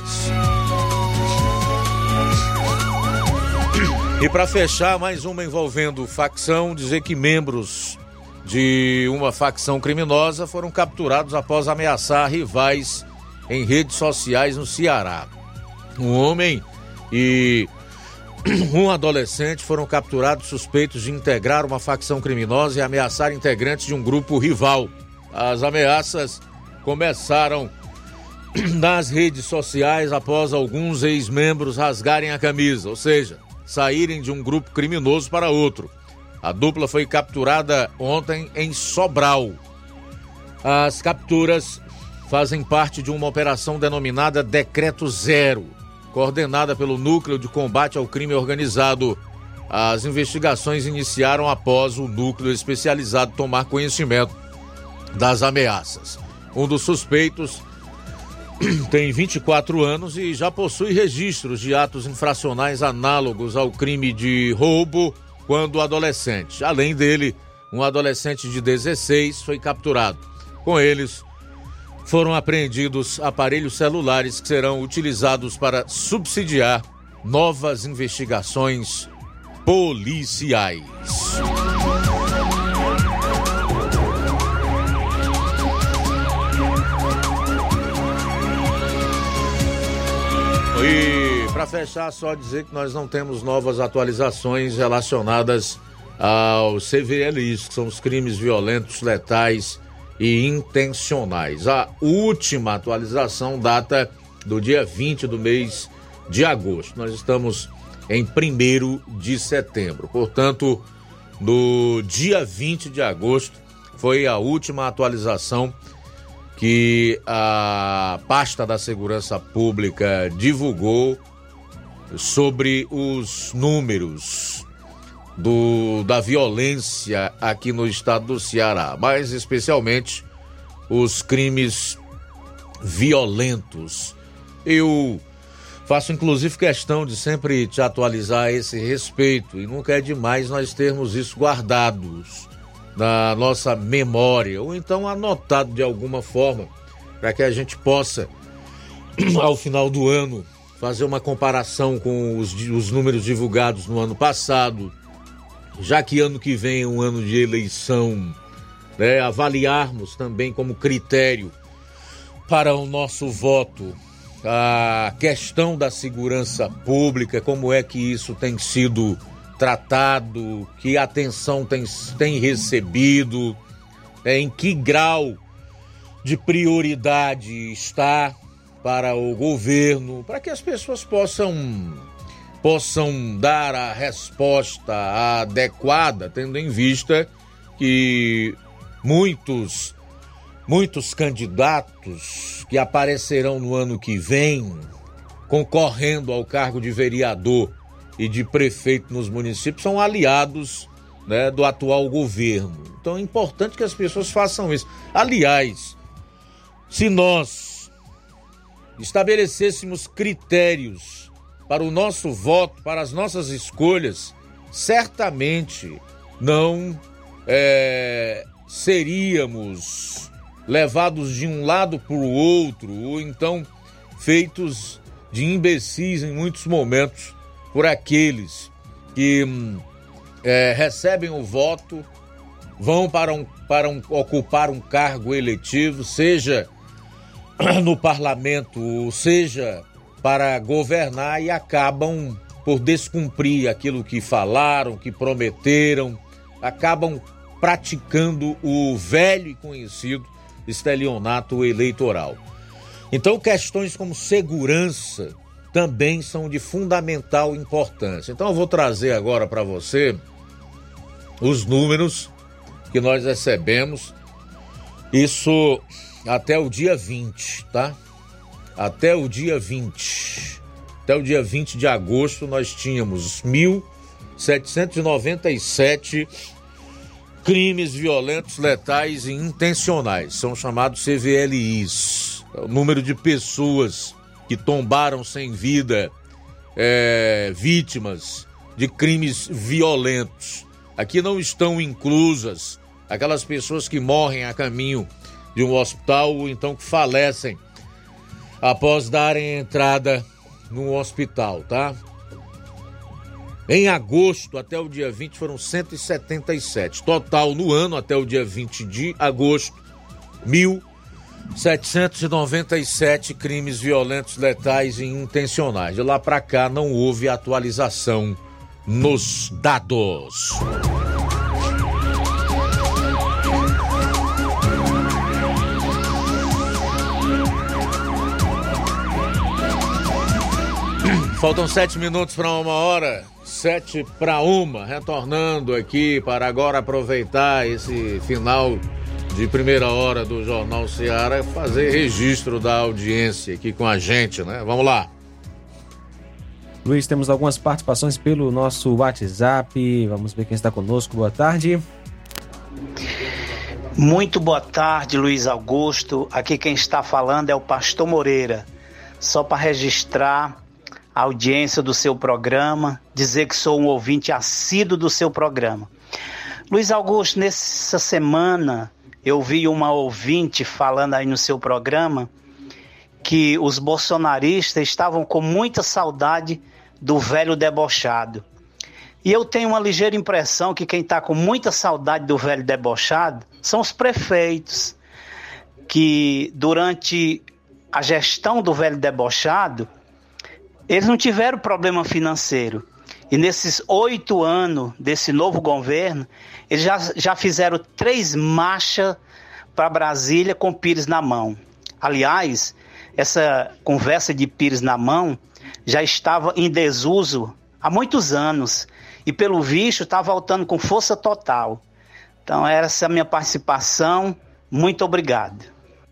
E para fechar, mais uma envolvendo facção, dizer que membros de uma facção criminosa foram capturados após ameaçar rivais em redes sociais no Ceará. Um homem e um adolescente foram capturados suspeitos de integrar uma facção criminosa e ameaçar integrantes de um grupo rival. As ameaças começaram nas redes sociais após alguns ex-membros rasgarem a camisa, ou seja, saírem de um grupo criminoso para outro. A dupla foi capturada ontem em Sobral. As capturas fazem parte de uma operação denominada Decreto Zero, coordenada pelo Núcleo de Combate ao Crime Organizado. As investigações iniciaram após o núcleo especializado tomar conhecimento das ameaças. Um dos suspeitos tem vinte e quatro anos e já possui registros de atos infracionais análogos ao crime de roubo quando adolescente. Além dele, um adolescente de dezesseis foi capturado. Com eles, foram apreendidos aparelhos celulares que serão utilizados para subsidiar novas investigações policiais. E para fechar, só dizer que nós não temos novas atualizações relacionadas aos C V Ls, que são os crimes violentos, letais e intencionais. A última atualização data do dia vinte do mês de agosto. Nós estamos em primeiro de setembro. Portanto, no dia vinte de agosto foi a última atualização que a pasta da Segurança Pública divulgou sobre os números do, da violência aqui no estado do Ceará, mais especialmente os crimes violentos. Eu faço inclusive questão de sempre te atualizar a esse respeito e nunca é demais nós termos isso guardados na nossa memória, ou então anotado de alguma forma, para que a gente possa, ao final do ano, fazer uma comparação com os, os números divulgados no ano passado, já que ano que vem é um ano de eleição, né, avaliarmos também como critério para o nosso voto a questão da segurança pública, como é que isso tem sido tratado, que atenção tem, tem recebido, é, em que grau de prioridade está para o governo, para que as pessoas possam, possam dar a resposta adequada, tendo em vista que muitos, muitos candidatos que aparecerão no ano que vem, concorrendo ao cargo de vereador e de prefeito nos municípios, são aliados, né, do atual governo. Então é importante que as pessoas façam isso. Aliás, se nós estabelecêssemos critérios para o nosso voto, para as nossas escolhas, certamente não é, seríamos levados de um lado para o outro, ou então feitos de imbecis em muitos momentos por aqueles que é, recebem o voto, vão para, um, para um, ocupar um cargo eletivo, seja no parlamento, seja para governar, e acabam por descumprir aquilo que falaram, que prometeram, acabam praticando o velho e conhecido estelionato eleitoral. Então, questões como segurança também são de fundamental importância. Então eu vou trazer agora para você os números que nós recebemos, isso até o dia vinte, tá? Até o dia vinte. Até o dia vinte de agosto nós tínhamos mil setecentos e noventa e sete crimes violentos, letais e intencionais. São chamados C V L Is. É o número de pessoas que tombaram sem vida, é, vítimas de crimes violentos. Aqui não estão inclusas aquelas pessoas que morrem a caminho de um hospital ou então que falecem após darem entrada no hospital, tá? Em agosto, até o dia vinte, foram cento e setenta e sete. Total, no ano, até o dia vinte de agosto, mil setecentos e noventa e sete crimes violentos, letais e intencionais. De lá para cá, não houve atualização nos dados. Faltam sete minutos para uma hora, sete para uma, retornando aqui para agora aproveitar esse final de primeira hora do Jornal Ceará, fazer registro da audiência aqui com a gente, né? Vamos lá. Luiz, temos algumas participações pelo nosso WhatsApp, vamos ver quem está conosco, boa tarde. Muito boa tarde, Luiz Augusto, aqui quem está falando é o Pastor Moreira, só para registrar a audiência do seu programa, dizer que sou um ouvinte assíduo do seu programa. Luiz Augusto, nessa semana eu vi uma ouvinte falando aí no seu programa que os bolsonaristas estavam com muita saudade do velho debochado. E eu tenho uma ligeira impressão que quem está com muita saudade do velho debochado são os prefeitos, que durante a gestão do velho debochado eles não tiveram problema financeiro. E nesses oito anos desse novo governo, eles já, já fizeram três marchas para Brasília com Pires na mão. Aliás, essa conversa de Pires na mão já estava em desuso há muitos anos. E pelo visto está voltando com força total. Então essa é a minha participação. Muito obrigado.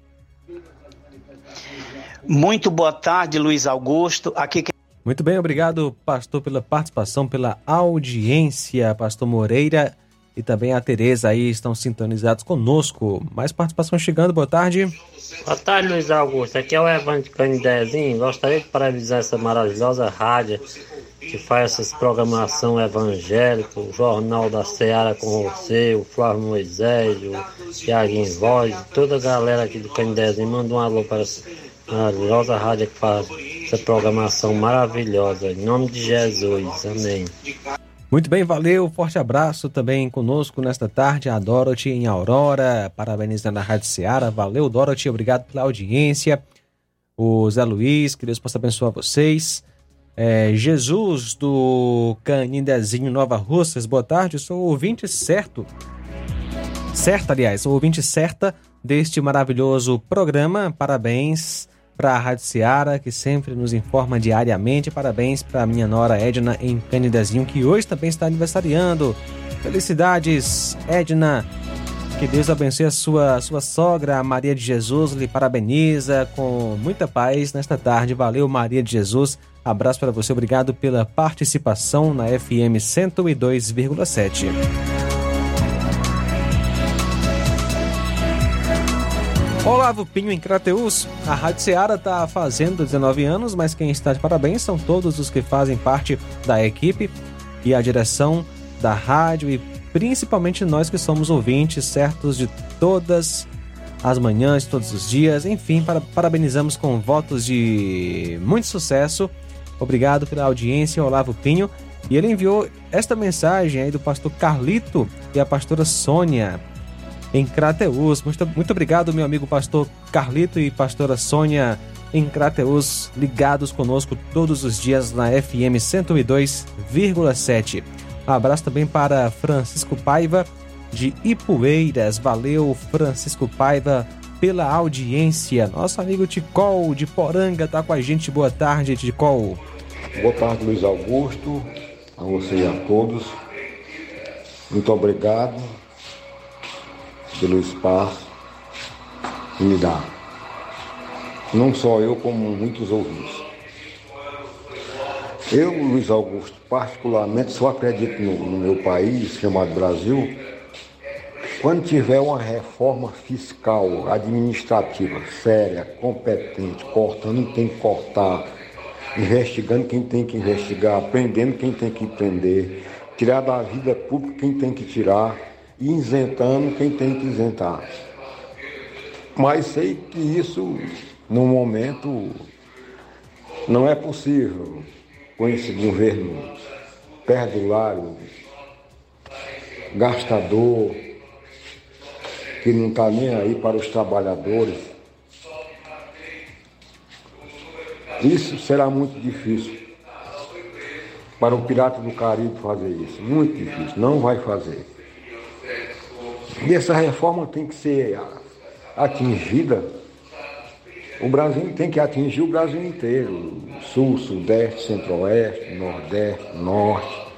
Muito boa tarde, Luiz Augusto. Aqui que... Muito bem, obrigado, pastor, pela participação, pela audiência, pastor Moreira e também a Tereza aí estão sintonizados conosco. Mais participação chegando, boa tarde. Boa tarde, Luiz Augusto. Aqui é o Evandro de Canidezinho. Gostaria de parabenizar essa maravilhosa rádio que faz essa programação evangélica, o Jornal da Ceará com você, o Flávio Moisés, o Thiaguinho Voz, toda a galera aqui do Canidezinho. Manda um alô para essa maravilhosa rádio que faz essa programação maravilhosa. Em nome de Jesus. Amém. Muito bem, valeu. Forte abraço também conosco nesta tarde. A Dorothy em Aurora, parabenizando a Rádio Ceará. Valeu, Dorothy. Obrigado pela audiência. O Zé Luiz, que Deus possa abençoar vocês. É, Jesus do Canindezinho, Nova Russas. Boa tarde. Eu sou o ouvinte certo. Certa, aliás. Sou o ouvinte certa deste maravilhoso programa. Parabéns para a Rádio Ceará, que sempre nos informa diariamente. Parabéns para a minha nora Edna em Canidezinho, que hoje também está aniversariando. Felicidades, Edna. Que Deus abençoe a sua, sua sogra, Maria de Jesus, lhe parabeniza com muita paz nesta tarde. Valeu, Maria de Jesus. Abraço para você, obrigado pela participação na F M cento e dois vírgula sete. Olavo Pinho em Crateús, a Rádio Ceará está fazendo dezenove anos, mas quem está de parabéns são todos os que fazem parte da equipe e a direção da rádio e principalmente nós que somos ouvintes certos de todas as manhãs, todos os dias, enfim, para, parabenizamos com votos de muito sucesso. Obrigado pela audiência, Olavo Pinho. E ele enviou esta mensagem aí do pastor Carlito e a pastora Sônia em Crateús. Muito, muito obrigado, meu amigo pastor Carlito e pastora Sônia em Crateús, ligados conosco todos os dias na F M cento e dois vírgula sete. Um abraço também para Francisco Paiva de Ipueiras. Valeu, Francisco Paiva, pela audiência. Nosso amigo Ticol de Poranga está com a gente. Boa tarde, Ticol. Boa tarde, Luiz Augusto, a você e a todos. Muito obrigado pelo espaço que me dá. Não só eu, como muitos ouvintes. Eu, Luiz Augusto, particularmente só acredito no, no meu país, chamado Brasil, Quando tiver uma reforma fiscal, administrativa, séria, competente, cortando quem tem que cortar, investigando quem tem que investigar, prendendo quem tem que prender, tirar da vida pública quem tem que tirar e isentando quem tem que isentar. Mas sei que isso, no momento, não é possível com esse governo perdulário, gastador, que não está nem aí para os trabalhadores. Isso será muito difícil para o Pirata do Caribe fazer isso. Muito difícil, não vai fazer. E essa reforma tem que ser atingida. O Brasil tem que atingir o Brasil inteiro. Sul, Sudeste, Centro-Oeste, Nordeste, Norte.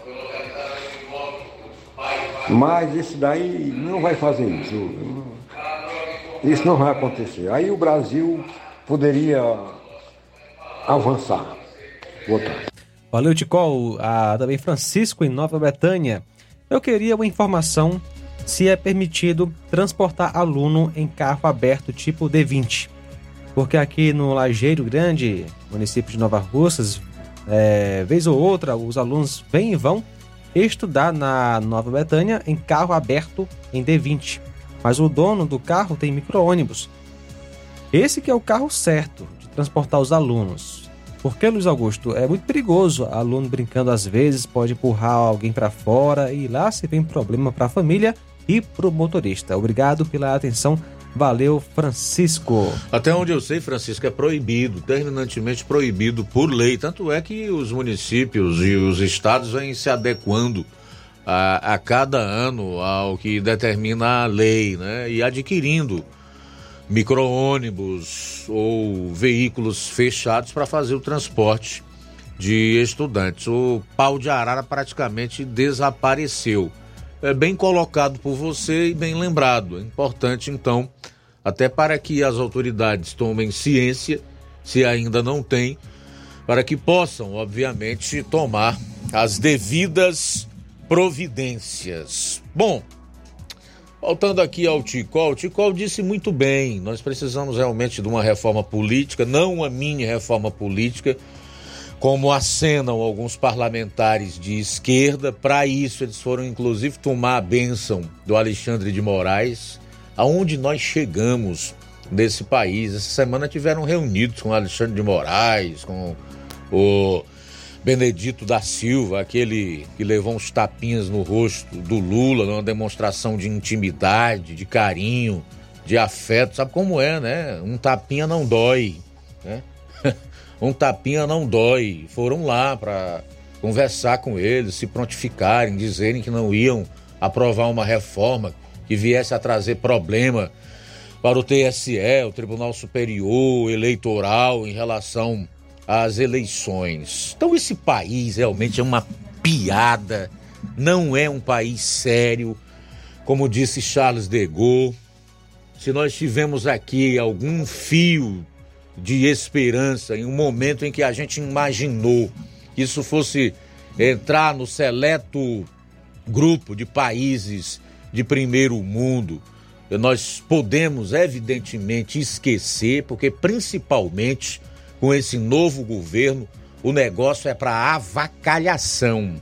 Mas esse daí não vai fazer isso. Isso não vai acontecer. Aí o Brasil poderia avançar. Boa tarde. Valeu, Ticol. Ah, também Francisco, em Nova Betânia. Eu queria uma informação se é permitido transportar aluno em carro aberto tipo D vinte. Porque aqui no Lajeiro Grande, município de Nova Russas, é, vez ou outra, os alunos vêm e vão estudar na Nova Betânia em carro aberto em D vinte. Mas o dono do carro tem micro-ônibus. Esse que é o carro certo de transportar os alunos. Porque, Luiz Augusto, é muito perigoso. Aluno brincando às vezes pode empurrar alguém para fora e lá se vem problema para a família e para o motorista. Obrigado pela atenção. Valeu, Francisco. Até onde eu sei, Francisco, é proibido, terminantemente proibido por lei. Tanto é que os municípios e os estados vêm se adequando a, a cada ano ao que determina a lei, né? E adquirindo micro-ônibus ou veículos fechados para fazer o transporte de estudantes. O pau de arara praticamente desapareceu. É bem colocado por você e bem lembrado. É importante, então, até para que as autoridades tomem ciência, se ainda não têm, para que possam, obviamente, tomar as devidas providências. Bom, voltando aqui ao Ticol, o Ticol disse muito bem, nós precisamos realmente de uma reforma política, não uma mini reforma política, como acenam alguns parlamentares de esquerda. Para isso, eles foram, inclusive, tomar a bênção do Alexandre de Moraes. Aonde nós chegamos nesse país? Essa semana tiveram reunidos com o Alexandre de Moraes, com o Benedito da Silva, aquele que levou uns tapinhas no rosto do Lula, numa demonstração de intimidade, de carinho, de afeto. Sabe como é, né? Um tapinha não dói, né? Um tapinha não dói. Foram lá para conversar com eles, se prontificarem, dizerem que não iam aprovar uma reforma que viesse a trazer problema para o T S E, o Tribunal Superior Eleitoral, em relação às eleições. Então esse país realmente é uma piada, não é um país sério, como disse Charles de Gaulle. Se nós tivemos aqui algum fio de esperança em um momento em que a gente imaginou que isso fosse entrar no seleto grupo de países de primeiro mundo, nós podemos evidentemente esquecer, porque principalmente com esse novo governo o negócio é para avacalhação.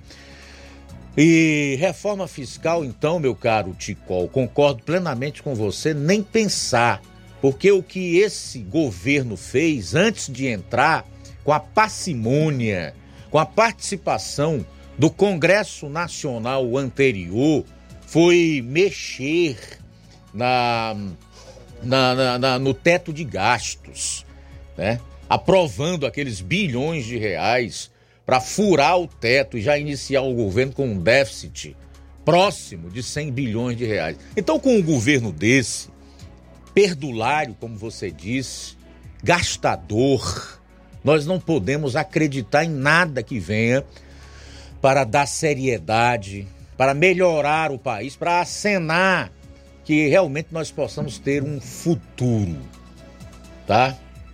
E reforma fiscal, então, meu caro Ticol, concordo plenamente com você, nem pensar. Porque o que esse governo fez antes de entrar, com a parcimônia, com a participação do Congresso Nacional anterior, foi mexer na, na, na, na, no teto de gastos, né? Aprovando aqueles bilhões de reais para furar o teto e já iniciar o governo com um déficit próximo de cem bilhões de reais. Então, com um governo desse, perdulário, como você disse, gastador, nós não podemos acreditar em nada que venha para dar seriedade, para melhorar o país, para acenar que realmente nós possamos ter um futuro, tá?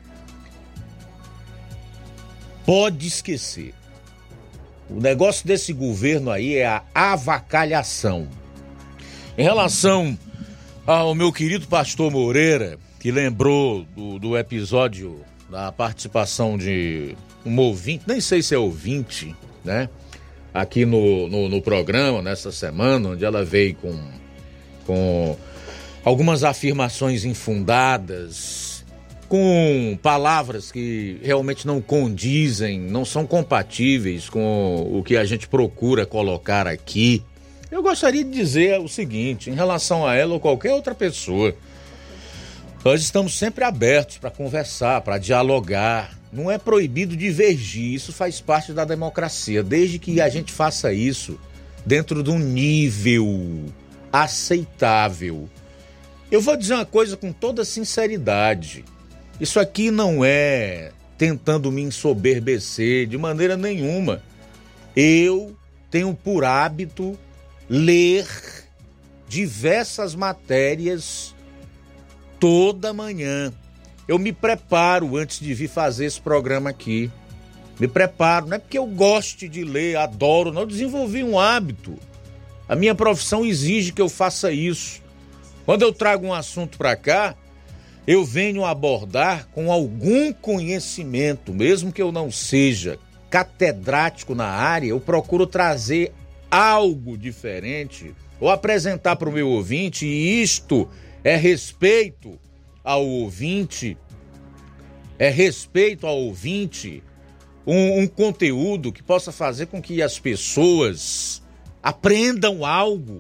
Pode esquecer. O negócio desse governo aí é a avacalhação. Em relação ao meu querido pastor Moreira, que lembrou do, do episódio da participação de um ouvinte, nem sei se é ouvinte, né? Aqui no, no, no programa, nessa semana, onde ela veio com, com algumas afirmações infundadas, com palavras que realmente não condizem, não são compatíveis com o que a gente procura colocar aqui. Eu gostaria de dizer o seguinte, em relação a ela ou qualquer outra pessoa, nós estamos sempre abertos para conversar, para dialogar. Não é proibido divergir, isso faz parte da democracia, desde que a gente faça isso dentro de um nível aceitável. Eu vou dizer uma coisa com toda sinceridade, isso aqui não é tentando me ensoberbecer de maneira nenhuma. Eu tenho por hábito ler diversas matérias toda manhã. Eu me preparo antes de vir fazer esse programa aqui. Me preparo, não é porque eu goste de ler, adoro, não. Eu desenvolvi um hábito. A minha profissão exige que eu faça isso. Quando eu trago um assunto para cá, eu venho abordar com algum conhecimento, mesmo que eu não seja catedrático na área, eu procuro trazer algo diferente ou apresentar para o meu ouvinte, e isto é respeito ao ouvinte, é respeito ao ouvinte, um, um conteúdo que possa fazer com que as pessoas aprendam algo,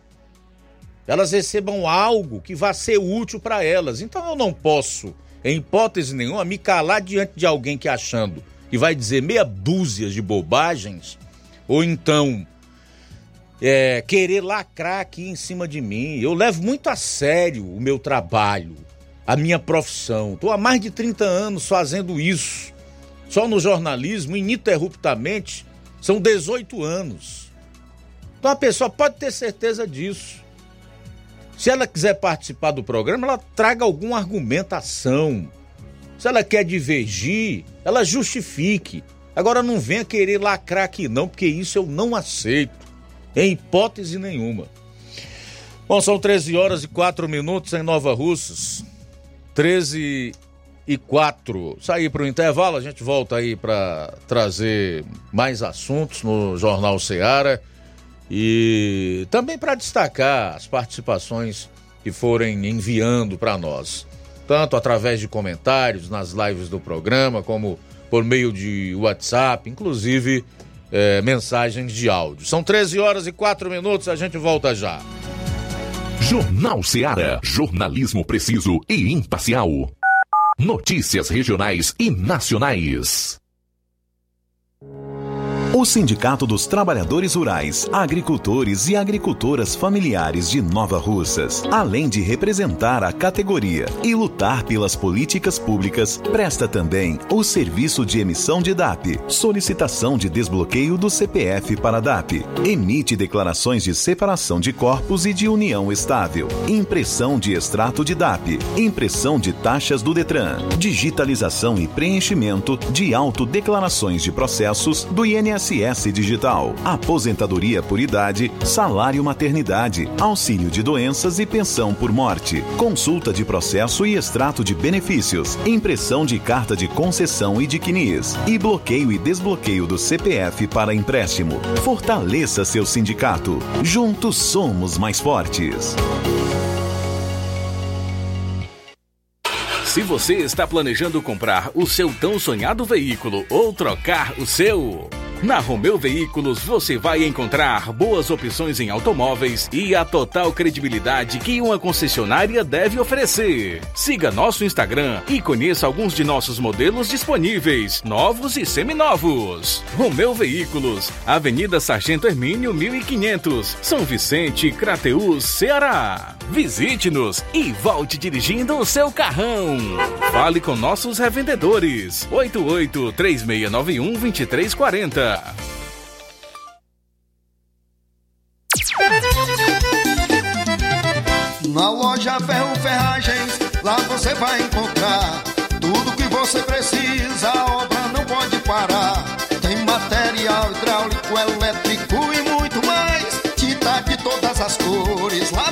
elas recebam algo que vá ser útil para elas. Então eu não posso, em hipótese nenhuma, me calar diante de alguém que achando que vai dizer meia dúzia de bobagens, ou então é, querer lacrar aqui em cima de mim. Eu levo muito a sério o meu trabalho, a minha profissão. Estou há mais de trinta anos fazendo isso. Só no jornalismo, ininterruptamente, são dezoito anos. Então a pessoa pode ter certeza disso. Se ela quiser participar do programa, ela traga alguma argumentação. Se ela quer divergir, ela justifique. Agora não venha querer lacrar aqui não, porque isso eu não aceito, em hipótese nenhuma. Bom, são treze horas e quatro minutos em Nova Russas. treze e quatro. Sair para o intervalo, a gente volta aí para trazer mais assuntos no Jornal Seara e também para destacar as participações que forem enviando para nós, tanto através de comentários nas lives do programa, como por meio de WhatsApp, inclusive é, mensagens de áudio. São treze horas e quatro minutos, a gente volta já. Jornal Seara. Jornalismo preciso e imparcial. Notícias regionais e nacionais. O Sindicato dos Trabalhadores Rurais, Agricultores e Agricultoras Familiares de Nova Russas, além de representar a categoria e lutar pelas políticas públicas, presta também o serviço de emissão de D A P, solicitação de desbloqueio do C P F para D A P, emite declarações de separação de corpos e de união estável, impressão de extrato de D A P, impressão de taxas do Detran, digitalização e preenchimento de autodeclarações de processos do I N S S Digital, aposentadoria por idade, salário maternidade, auxílio de doenças e pensão por morte, consulta de processo e extrato de benefícios, impressão de carta de concessão e de C N I S, e bloqueio e desbloqueio do C P F para empréstimo. Fortaleça seu sindicato. Juntos somos mais fortes. Se você está planejando comprar o seu tão sonhado veículo ou trocar o seu, na Romeu Veículos você vai encontrar boas opções em automóveis e a total credibilidade que uma concessionária deve oferecer. Siga nosso Instagram e conheça alguns de nossos modelos disponíveis, novos e seminovos. Romeu Veículos, Avenida Sargento Hermínio mil e quinhentos, São Vicente, Crateús, Ceará. Visite-nos e volte dirigindo o seu carrão. Fale com nossos revendedores. oito oito, três seis nove um, dois três quatro zero. Na loja Ferro Ferragens, lá você vai encontrar tudo que você precisa, a obra não pode parar. Tem material hidráulico, elétrico e muito mais, tinta de todas as cores, lá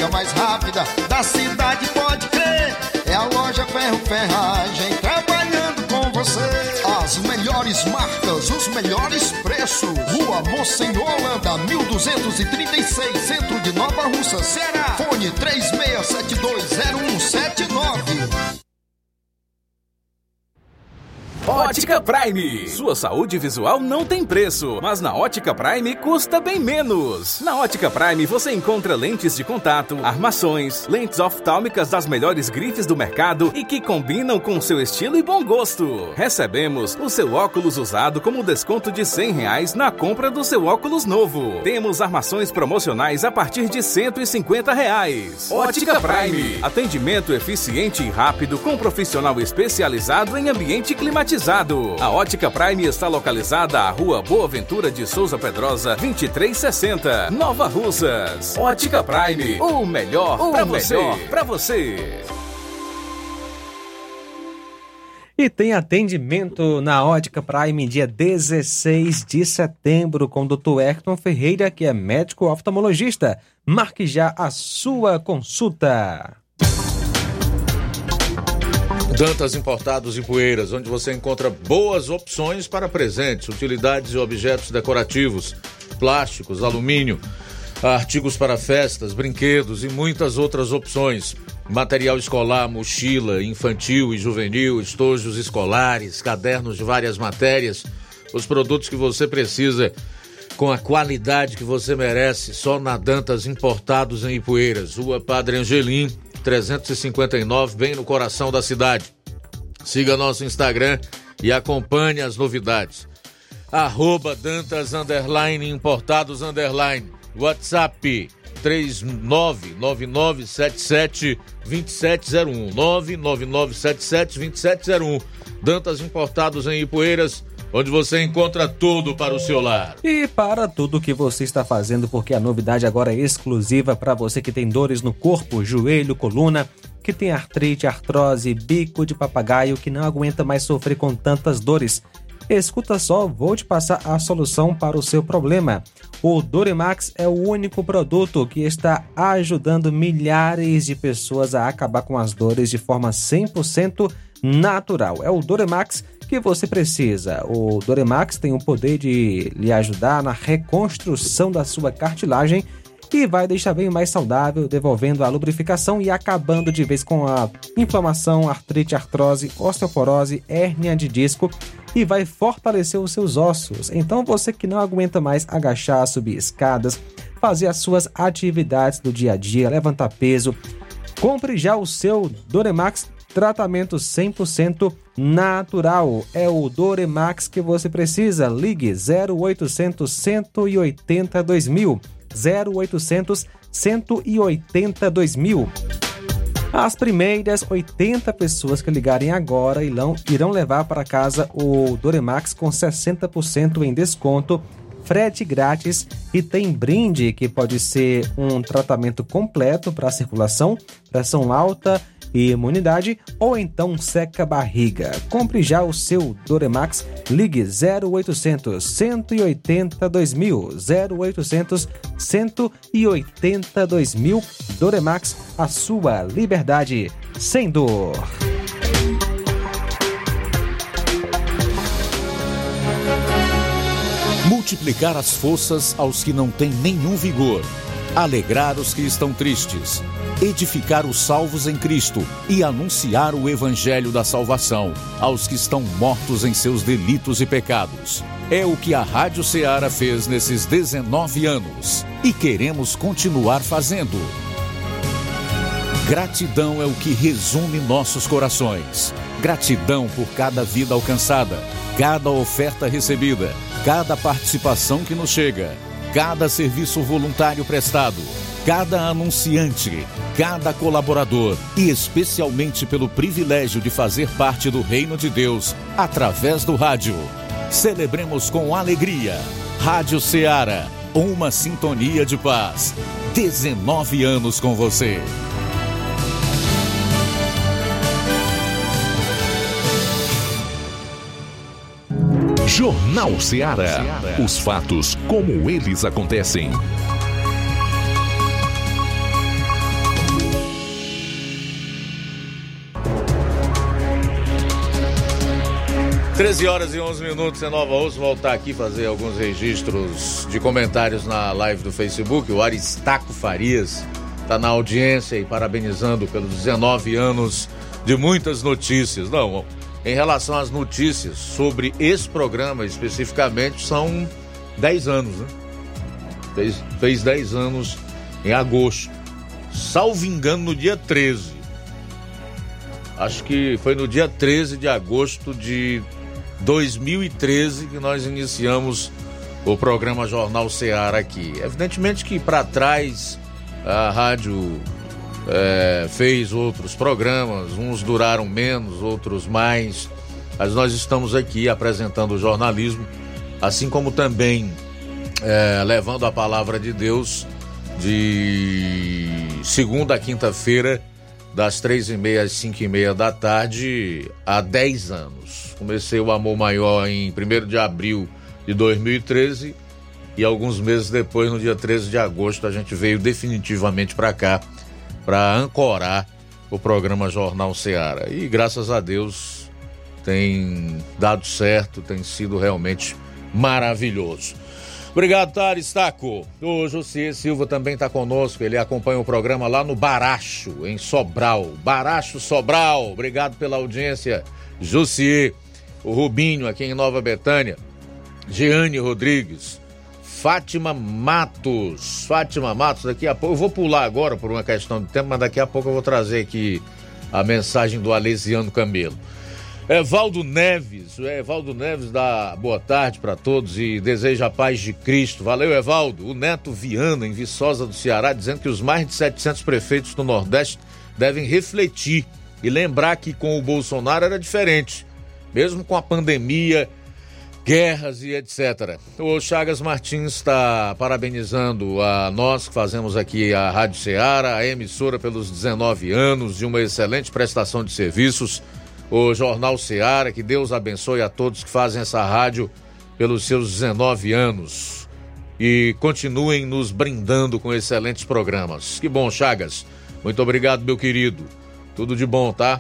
entrega mais rápida da cidade, pode crer. É a loja Ferro Ferragem trabalhando com você. As melhores marcas, os melhores preços. Rua Monsenhor Holanda, mil duzentos e trinta e seis, centro de Nova Russa, Ceará. Fone três seis sete dois zero um sete nove. Ótica Prime. Sua saúde visual não tem preço, mas na Ótica Prime custa bem menos. Na Ótica Prime você encontra lentes de contato, armações, lentes oftálmicas das melhores grifes do mercado e que combinam com seu estilo e bom gosto. Recebemos o seu óculos usado como desconto de cem reais na compra do seu óculos novo. Temos armações promocionais a partir de cento e cinquenta reais. Ótica Prime. Atendimento eficiente e rápido com profissional especializado em ambiente climatizado. A Ótica Prime está localizada à Rua Boa Ventura de Souza Pedrosa, vinte e três sessenta, Nova Russas. Ótica Prime, o melhor para você. Pra você. E tem atendimento na Ótica Prime dia dezesseis de setembro com o doutor Hector Ferreira, que é médico oftalmologista. Marque já a sua consulta. Dantas Importados e Poeiras, onde você encontra boas opções para presentes, utilidades e objetos decorativos, plásticos, alumínio, artigos para festas, brinquedos e muitas outras opções. Material escolar, mochila, infantil e juvenil, estojos escolares, cadernos de várias matérias, os produtos que você precisa com a qualidade que você merece, só na Dantas Importados em Ipueiras, Rua Padre Angelim, trezentos e cinquenta e nove, bem no coração da cidade. Siga nosso Instagram e acompanhe as novidades. Arroba Dantas underline Importados underline. WhatsApp três nove nove nove sete sete dois sete zero um nove nove nove sete sete dois sete zero um. Dantas Importados em Ipueiras, onde você encontra tudo para o seu lar. E para tudo que você está fazendo, porque a novidade agora é exclusiva para você que tem dores no corpo, joelho, coluna, que tem artrite, artrose, bico de papagaio, que não aguenta mais sofrer com tantas dores. Escuta só, vou te passar a solução para o seu problema. O Doremax é o único produto que está ajudando milhares de pessoas a acabar com as dores de forma cem por cento natural. É o Doremax que você precisa. O Doremax tem o poder de lhe ajudar na reconstrução da sua cartilagem e vai deixar bem mais saudável, devolvendo a lubrificação e acabando de vez com a inflamação, artrite, artrose, osteoporose, hérnia de disco e vai fortalecer os seus ossos. Então você que não aguenta mais agachar, subir escadas, fazer as suas atividades do dia a dia, levantar peso, compre já o seu Doremax, tratamento cem por cento natural. É o Doremax que você precisa. Ligue zero oitocentos, cento e oitenta, dois mil. zero oitocentos, cento e oitenta, dois mil. As primeiras oitenta pessoas que ligarem agora irão, irão levar para casa o Doremax com sessenta por cento em desconto, frete grátis e tem brinde que pode ser um tratamento completo para circulação, pressão alta e imunidade ou então seca barriga. Compre já o seu Doremax, ligue zero oitocentos, cento e oitenta, dois mil, zero oitocentos, cento e oitenta, dois mil. Doremax, a sua liberdade sem dor. Multiplicar as forças aos que não têm nenhum vigor, alegrar os que estão tristes, edificar os salvos em Cristo e anunciar o evangelho da salvação aos que estão mortos em seus delitos e pecados. É o que a Rádio Ceará fez nesses dezenove anos e queremos continuar fazendo. Gratidão é o que resume nossos corações. Gratidão por cada vida alcançada, cada oferta recebida, cada participação que nos chega, cada serviço voluntário prestado, cada anunciante, cada colaborador e especialmente pelo privilégio de fazer parte do Reino de Deus através do rádio. Celebremos com alegria. Rádio Ceará, uma sintonia de paz. dezenove anos com você. Jornal Ceará. Os fatos como eles acontecem. treze horas e onze minutos em Nova Russa. Voltar aqui fazer alguns registros de comentários na live do Facebook. O Aristaco Farias está na audiência e parabenizando pelos dezenove anos de muitas notícias. Não, em relação às notícias sobre esse programa especificamente, são dez anos, né? Fez, fez dez anos em agosto. Salvo engano, no dia treze. Acho que foi no dia treze de agosto de dois mil e treze que nós iniciamos o programa Jornal Seara aqui. Evidentemente que para trás a rádio é, fez outros programas, uns duraram menos, outros mais, mas nós estamos aqui apresentando o jornalismo, assim como também é, levando a palavra de Deus de segunda a quinta-feira, das três e meia às cinco e meia da tarde, há dez anos. Comecei o Amor Maior em primeiro de abril de dois mil e treze e alguns meses depois, no dia treze de agosto, a gente veio definitivamente para cá para ancorar o programa Jornal Seara. E graças a Deus tem dado certo, tem sido realmente maravilhoso. Obrigado, tá, Aristaco. O José Silva também está conosco, ele acompanha o programa lá no Baracho, em Sobral. Baracho, Sobral, obrigado pela audiência, José. O Rubinho, aqui em Nova Betânia. Jeane Rodrigues. Fátima Matos. Fátima Matos, daqui a pouco, eu vou pular agora por uma questão de tempo, mas daqui a pouco eu vou trazer aqui a mensagem do Alesiano Camelo. Evaldo Neves, o Evaldo Neves dá boa tarde para todos e deseja a paz de Cristo. Valeu, Evaldo. O Neto Viana, em Viçosa do Ceará, dizendo que os mais de setecentos prefeitos do Nordeste devem refletir e lembrar que com o Bolsonaro era diferente, mesmo com a pandemia, guerras e etcétera. O Chagas Martins está parabenizando a nós que fazemos aqui a Rádio Ceará, a emissora, pelos dezenove anos de uma excelente prestação de serviços. O Jornal Seara, que Deus abençoe a todos que fazem essa rádio pelos seus dezenove anos e continuem nos brindando com excelentes programas. Que bom, Chagas. Muito obrigado, meu querido. Tudo de bom, tá?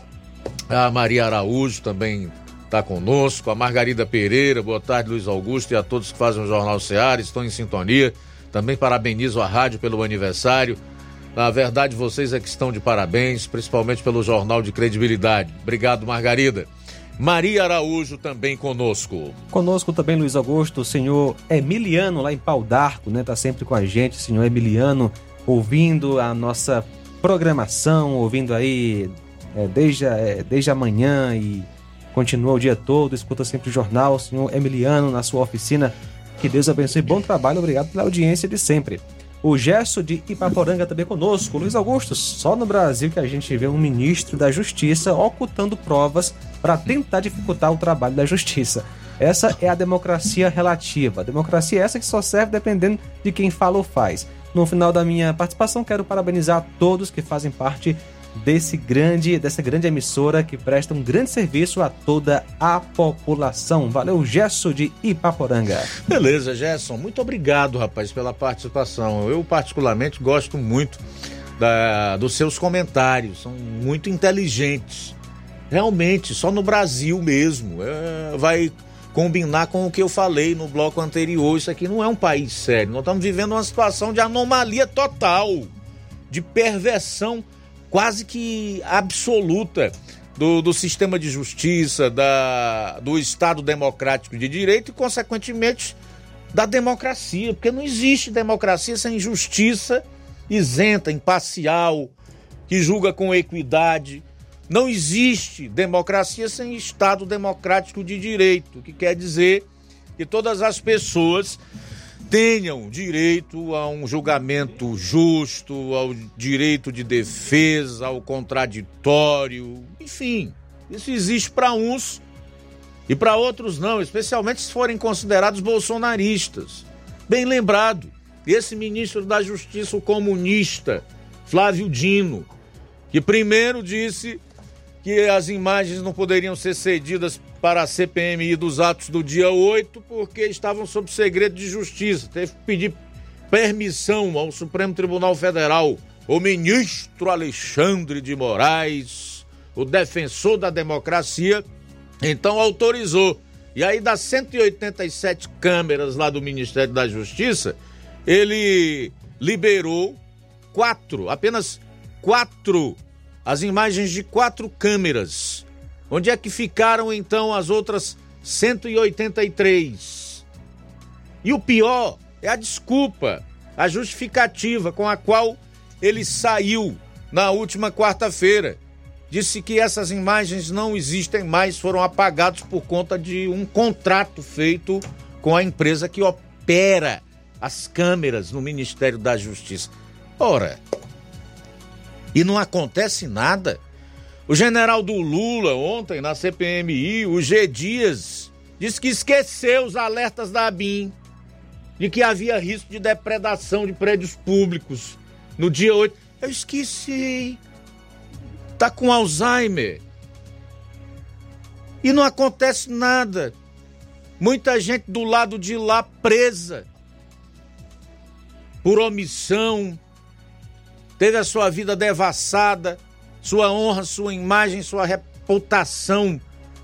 A Maria Araújo também está conosco. A Margarida Pereira, boa tarde, Luiz Augusto, e a todos que fazem o Jornal Seara, estão em sintonia. Também parabenizo a rádio pelo aniversário. Na verdade, vocês é que estão de parabéns, principalmente pelo jornal de credibilidade. Obrigado, Margarida. Maria Araújo também conosco. Conosco também, Luiz Augusto, o senhor Emiliano, lá em Pau d'Arco, né? Tá sempre com a gente, senhor Emiliano, ouvindo a nossa programação, ouvindo aí é, desde, é, desde amanhã e continua o dia todo, escuta sempre o jornal. Senhor Emiliano, na sua oficina, que Deus abençoe, bom trabalho, obrigado pela audiência de sempre. O Gerson de Ipaporanga também conosco. Luiz Augusto, só no Brasil que a gente vê um ministro da Justiça ocultando provas para tentar dificultar o trabalho da Justiça. Essa é a democracia relativa. A democracia é essa que só serve dependendo de quem fala ou faz. No final da minha participação, quero parabenizar a todos que fazem parte desse grande, dessa grande emissora que presta um grande serviço a toda a população. Valeu, Gerson de Ipaporanga. Beleza, Gerson, muito obrigado, rapaz, pela participação. Eu particularmente gosto muito da, dos seus comentários, são muito inteligentes. Realmente, só no Brasil mesmo, é, vai combinar com o que eu falei no bloco anterior. Isso aqui não é um país sério, nós estamos vivendo uma situação de anomalia total, de perversão quase que absoluta do, do sistema de justiça, da, do Estado democrático de direito e, consequentemente, da democracia, porque não existe democracia sem justiça isenta, imparcial, que julga com equidade. Não existe democracia sem Estado democrático de direito, que quer dizer que todas as pessoas tenham direito a um julgamento justo, ao direito de defesa, ao contraditório, enfim, isso existe para uns e para outros não, especialmente se forem considerados bolsonaristas. Bem lembrado, esse ministro da Justiça, o comunista Flávio Dino, que primeiro disse que as imagens não poderiam ser cedidas para a C P M I dos atos do dia oito porque estavam sob segredo de justiça. Teve que pedir permissão ao Supremo Tribunal Federal. O ministro Alexandre de Moraes, o defensor da democracia, então autorizou E aí, das cento e oitenta e sete câmeras lá do Ministério da Justiça, ele liberou quatro, apenas quatro, as imagens de quatro câmeras. Onde é que ficaram, então, as outras cento e oitenta e três? E o pior é a desculpa, a justificativa com a qual ele saiu na última quarta-feira. Disse que essas imagens não existem mais, foram apagadas por conta de um contrato feito com a empresa que opera as câmeras no Ministério da Justiça. Ora, e não acontece nada. O general do Lula, ontem, na C P M I, o G. Dias, disse que esqueceu os alertas da ABIN de que havia risco de depredação de prédios públicos no dia oito. Eu esqueci. Tá com Alzheimer. E não acontece nada. Muita gente do lado de lá presa por omissão, teve a sua vida devassada, sua honra, sua imagem, sua reputação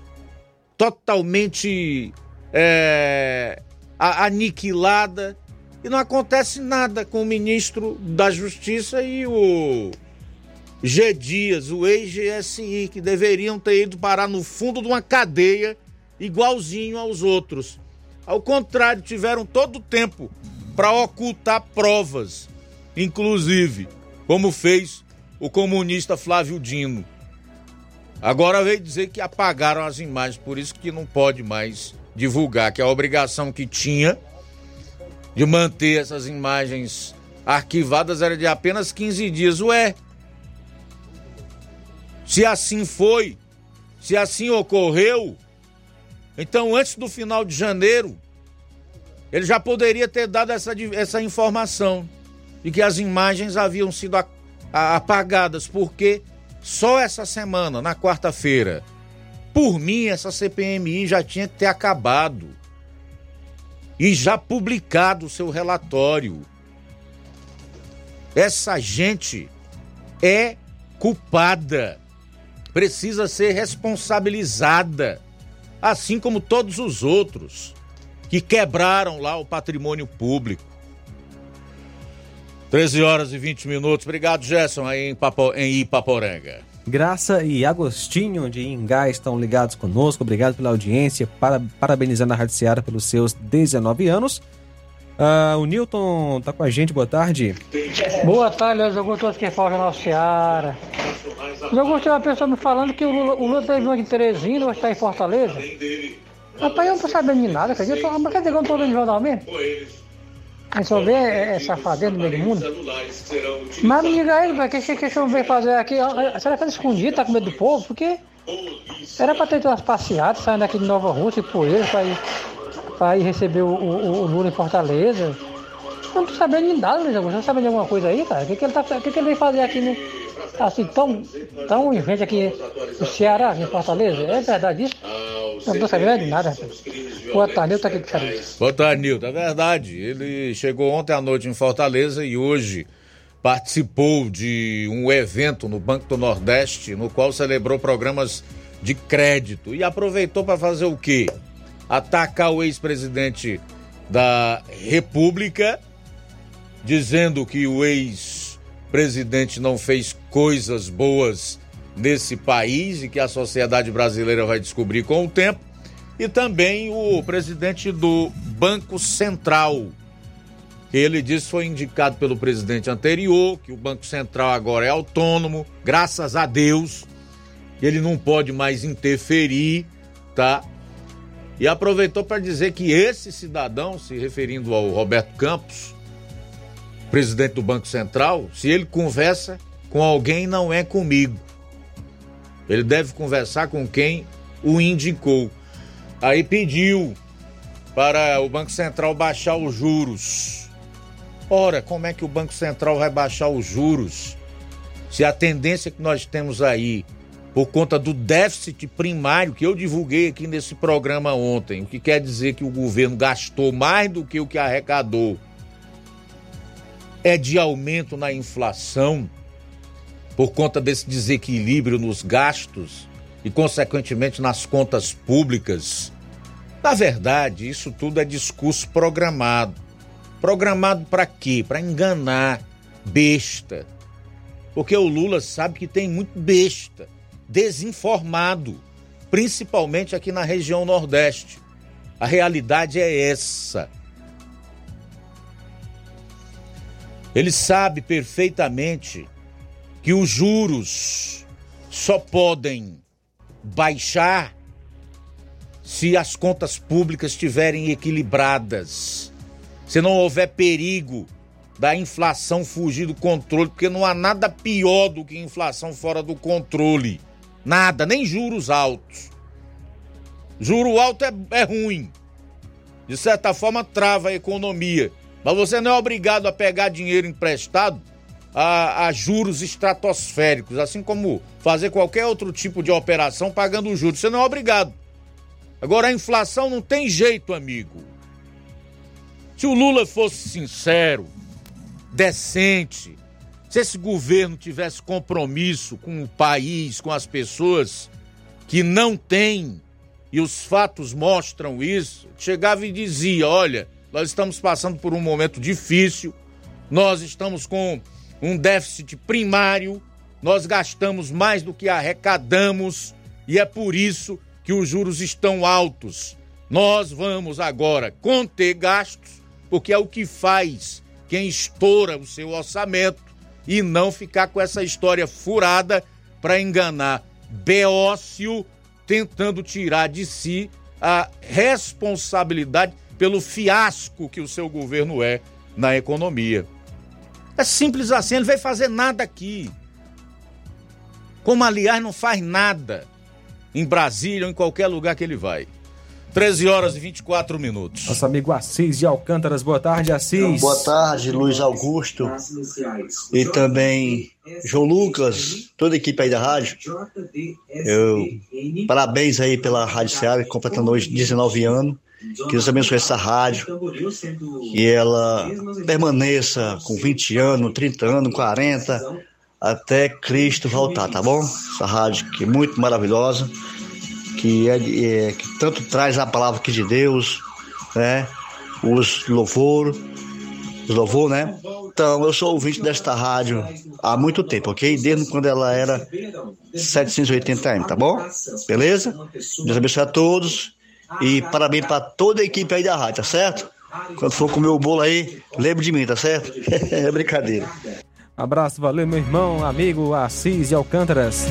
totalmente é, aniquilada. E não acontece nada com o ministro da Justiça e o G. Dias, o ex-G S I, que deveriam ter ido parar no fundo de uma cadeia igualzinho aos outros. Ao contrário, tiveram todo o tempo para ocultar provas, inclusive, como fez o comunista Flávio Dino. Agora veio dizer que apagaram as imagens, por isso que não pode mais divulgar, que a obrigação que tinha de manter essas imagens arquivadas era de apenas quinze dias. Ué, se assim foi, se assim ocorreu, então antes do final de janeiro, ele já poderia ter dado essa, essa informação de que as imagens haviam sido a, a, apagadas, porque só essa semana, na quarta-feira, por mim, essa C P M I já tinha que ter acabado e já publicado o seu relatório. Essa gente é culpada, precisa ser responsabilizada, assim como todos os outros que quebraram lá o patrimônio público. treze horas e vinte minutos. Obrigado, Gerson, aí em, Papo, em Ipaporanga. Graça e Agostinho de Ingá estão ligados conosco. Obrigado pela audiência, para, parabenizando a Rádio Ceará pelos seus dezenove anos. Uh, o Newton tá com a gente, boa tarde. Boa tarde, Luiz Augusto, que fala na Ceará. Luiz Augusto, tem uma pessoa me falando que o Lula, o Lula teve uma de Teresina, hoje está em Fortaleza. Rapaz, eu não tô sabendo de nada, acredito. Mas quer dizer que eu não tô lendo jornal mesmo? Aí só vê é, é safadeza no meio do mundo. Mas me diga aí, o que que eu veio fazer aqui? Será que ele escondido, tá com medo do povo? Porque era pra ter umas passeadas, saindo aqui de Nova Rússia e Poeira, pra ir, pra ir receber o, o, o Lula em Fortaleza. Eu não tô sabendo de nada, Luiz Augusto. Você tá sabendo de alguma coisa aí, cara? O que que ele, tá, que que ele veio fazer aqui, né? Assim, tão, tão invente aqui no Ceará, em Fortaleza? É verdade isso? Eu não tô sabendo de nada. Boa tarde, Nilton aqui de Charito. Boa tarde, Nilton. É verdade. Ele chegou ontem à noite em Fortaleza e hoje participou de um evento no Banco do Nordeste, no qual celebrou programas de crédito. E aproveitou para fazer o quê? Atacar o ex-presidente da República, dizendo que o ex-presidente não fez coisas boas nesse país e que a sociedade brasileira vai descobrir com o tempo, e também o presidente do Banco Central, que ele disse foi indicado pelo presidente anterior, que o Banco Central agora é autônomo, graças a Deus, ele não pode mais interferir, tá? E aproveitou para dizer que esse cidadão, se referindo ao Roberto Campos, presidente do Banco Central, se ele conversa com alguém, não é comigo. Ele deve conversar com quem o indicou. Aí pediu para o Banco Central baixar os juros. Ora, como é que o Banco Central vai baixar os juros se a tendência que nós temos aí, por conta do déficit primário que eu divulguei aqui nesse programa ontem, o que quer dizer que o governo gastou mais do que o que arrecadou, é de aumento na inflação, por conta desse desequilíbrio nos gastos e, consequentemente, nas contas públicas. Na verdade, isso tudo é discurso programado. Programado para quê? Para enganar besta. Porque o Lula sabe que tem muito besta, desinformado, principalmente aqui na região Nordeste. A realidade é essa. Ele sabe perfeitamente que os juros só podem baixar se as contas públicas estiverem equilibradas, se não houver perigo da inflação fugir do controle, porque não há nada pior do que inflação fora do controle. Nada, nem juros altos. Juro alto é, é ruim. De certa forma, trava a economia. Mas você não é obrigado a pegar dinheiro emprestado a, a juros estratosféricos, assim como fazer qualquer outro tipo de operação pagando juros. Você não é obrigado. Agora, a inflação não tem jeito, amigo. Se o Lula fosse sincero, decente, se esse governo tivesse compromisso com o país, com as pessoas que não têm, e os fatos mostram isso, chegava e dizia, olha, nós estamos passando por um momento difícil, nós estamos com um déficit primário, nós gastamos mais do que arrecadamos e é por isso que os juros estão altos. Nós vamos agora conter gastos, porque é o que faz quem estoura o seu orçamento e não ficar com essa história furada para enganar Beócio, tentando tirar de si a responsabilidade pelo fiasco que o seu governo é na economia. É simples assim, ele não vai fazer nada aqui. Como, aliás, não faz nada em Brasília ou em qualquer lugar que ele vai. treze horas e vinte e quatro minutos. Nosso amigo Assis de Alcântaras. Boa tarde, Assis. Boa tarde, Luiz Augusto. E também João Lucas, toda a equipe aí da rádio. Eu, parabéns aí pela Rádio Ceará, completando hoje dezenove anos. Que Deus abençoe essa rádio. Que ela permaneça com vinte anos, trinta anos, quarenta, até Cristo voltar, tá bom? Essa rádio que é muito maravilhosa. Que, é, é, que tanto traz a palavra aqui de Deus, né? Os louvor, os louvor, né? Então, eu sou ouvinte desta rádio há muito tempo, ok? Desde quando ela era setecentos e oitenta A M, tá bom? Beleza? Deus abençoe a todos e parabéns para toda a equipe aí da rádio, tá certo? Quando for comer o bolo aí, lembre de mim, tá certo? É brincadeira. Abraço, valeu, meu irmão, amigo Assis de Alcântaras.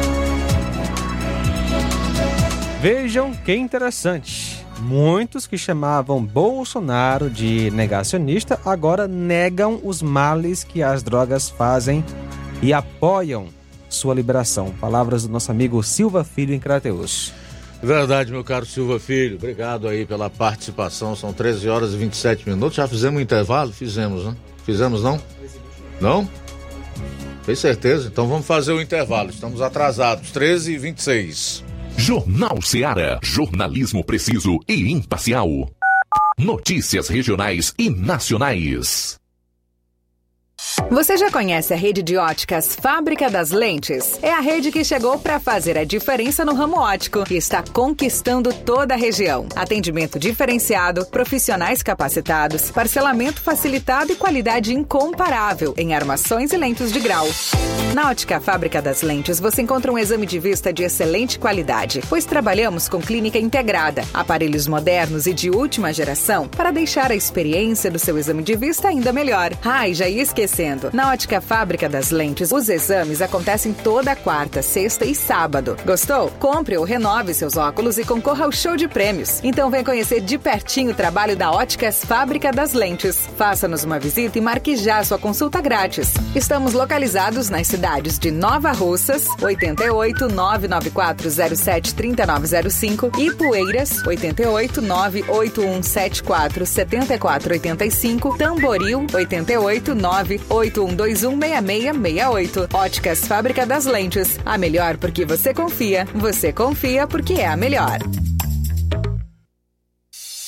Vejam que interessante, muitos que chamavam Bolsonaro de negacionista agora negam os males que as drogas fazem e apoiam sua liberação. Palavras do nosso amigo Silva Filho em Crateús. Verdade, meu caro Silva Filho, obrigado aí pela participação, são treze horas e vinte e sete minutos, já fizemos um intervalo? Fizemos, né? Fizemos não? Não? Tem certeza? Então vamos fazer o intervalo, estamos atrasados, treze e vinte e seis. Jornal Ceará, jornalismo preciso e imparcial. Notícias regionais e nacionais. Você já conhece a rede de óticas Fábrica das Lentes? É a rede que chegou para fazer a diferença no ramo óptico e está conquistando toda a região. Atendimento diferenciado, profissionais capacitados, parcelamento facilitado e qualidade incomparável em armações e lentes de grau. Na Ótica Fábrica das Lentes você encontra um exame de vista de excelente qualidade, pois trabalhamos com clínica integrada, aparelhos modernos e de última geração para deixar a experiência do seu exame de vista ainda melhor. Ai, já ia esquecendo. Na Ótica Fábrica das Lentes, os exames acontecem toda quarta, sexta e sábado. Gostou? Compre ou renove seus óculos e concorra ao show de prêmios. Então vem conhecer de pertinho o trabalho da Óticas Fábrica das Lentes. Faça-nos uma visita e marque já sua consulta grátis. Estamos localizados nas cidades de Nova Russas, oito oito, nove nove quatro zero sete, três nove zero cinco e Poeiras, oito oito, nove oito um sete quatro, sete quatro oito cinco, Tamboril, oito oito, nove oito um dois um, seis seis seis oito. Óticas Fábrica das Lentes. A melhor porque você confia. Você confia porque é a melhor.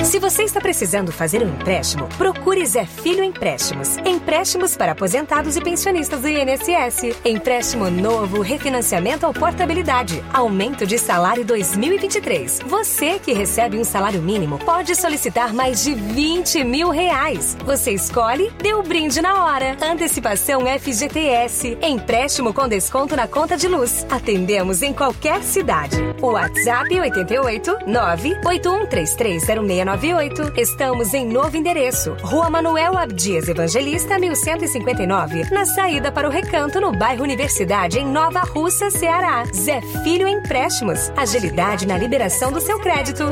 Se você está precisando fazer um empréstimo, procure Zé Filho Empréstimos. Empréstimos para aposentados e pensionistas do I N S S. Empréstimo novo, refinanciamento ou portabilidade. Aumento de salário dois mil e vinte e três. Você que recebe um salário mínimo pode solicitar mais de vinte mil reais. Você escolhe, dê o brinde na hora. Antecipação F G T S. Empréstimo com desconto na conta de luz. Atendemos em qualquer cidade. O WhatsApp oito oito nove oito um três três zero seis nove oito. Estamos em novo endereço. Rua Manuel Abdias Evangelista, mil cento e cinquenta e nove. Na saída para o Recanto, no bairro Universidade, em Nova Russa, Ceará. Zé Filho Empréstimos. Agilidade na liberação do seu crédito.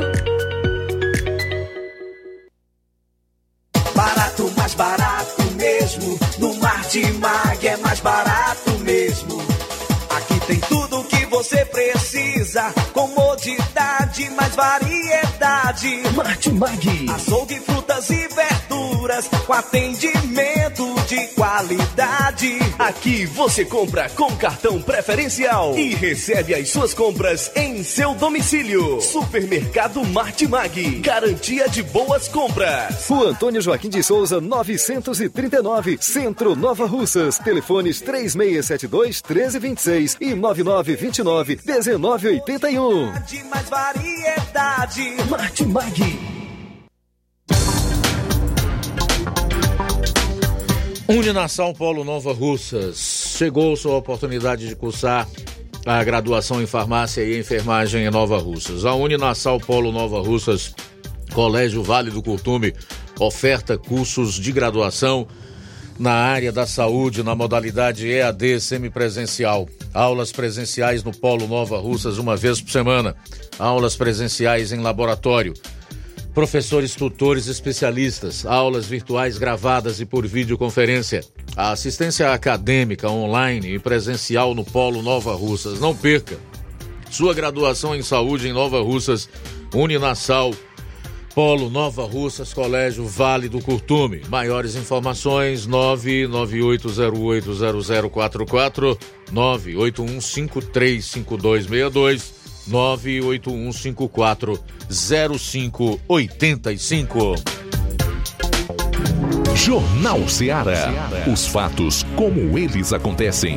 Barato, mais barato mesmo. No Martimag é mais barato mesmo. Aqui tem tudo o que você precisa. Comodidade, mais variedade. Martimag. Açougue, frutas e verduras com atendimento de qualidade. Aqui você compra com cartão preferencial e recebe as suas compras em seu domicílio. Supermercado Martimag. Garantia de boas compras. Rua Antônio Joaquim de Souza, novecentos e trinta e nove, Centro, Nova Russas. Telefones três seis sete dois, um três dois seis e nove nove dois nove, um nove oito um. De mais variedade. Martimag. Uninassal Polo Nova Russas. Chegou sua oportunidade de cursar a graduação em farmácia e enfermagem em Nova Russas. A Uninassal Polo Nova Russas, Colégio Vale do Curtume, oferta cursos de graduação na área da saúde, na modalidade E A D semipresencial. Aulas presenciais no Polo Nova Russas uma vez por semana. Aulas presenciais em laboratório. Professores, tutores, especialistas. Aulas virtuais gravadas e por videoconferência. A assistência acadêmica online e presencial no Polo Nova Russas. Não perca. Sua graduação em saúde em Nova Russas. Uninassal Polo Nova Russas, Colégio Vale do Curtume. Maiores informações nove nove oito zero oito zero zero quatro quatro, nove oito um cinco três cinco dois seis dois, nove oito um cinco quatro zero cinco oito cinco. Jornal Ceará. Os fatos como eles acontecem.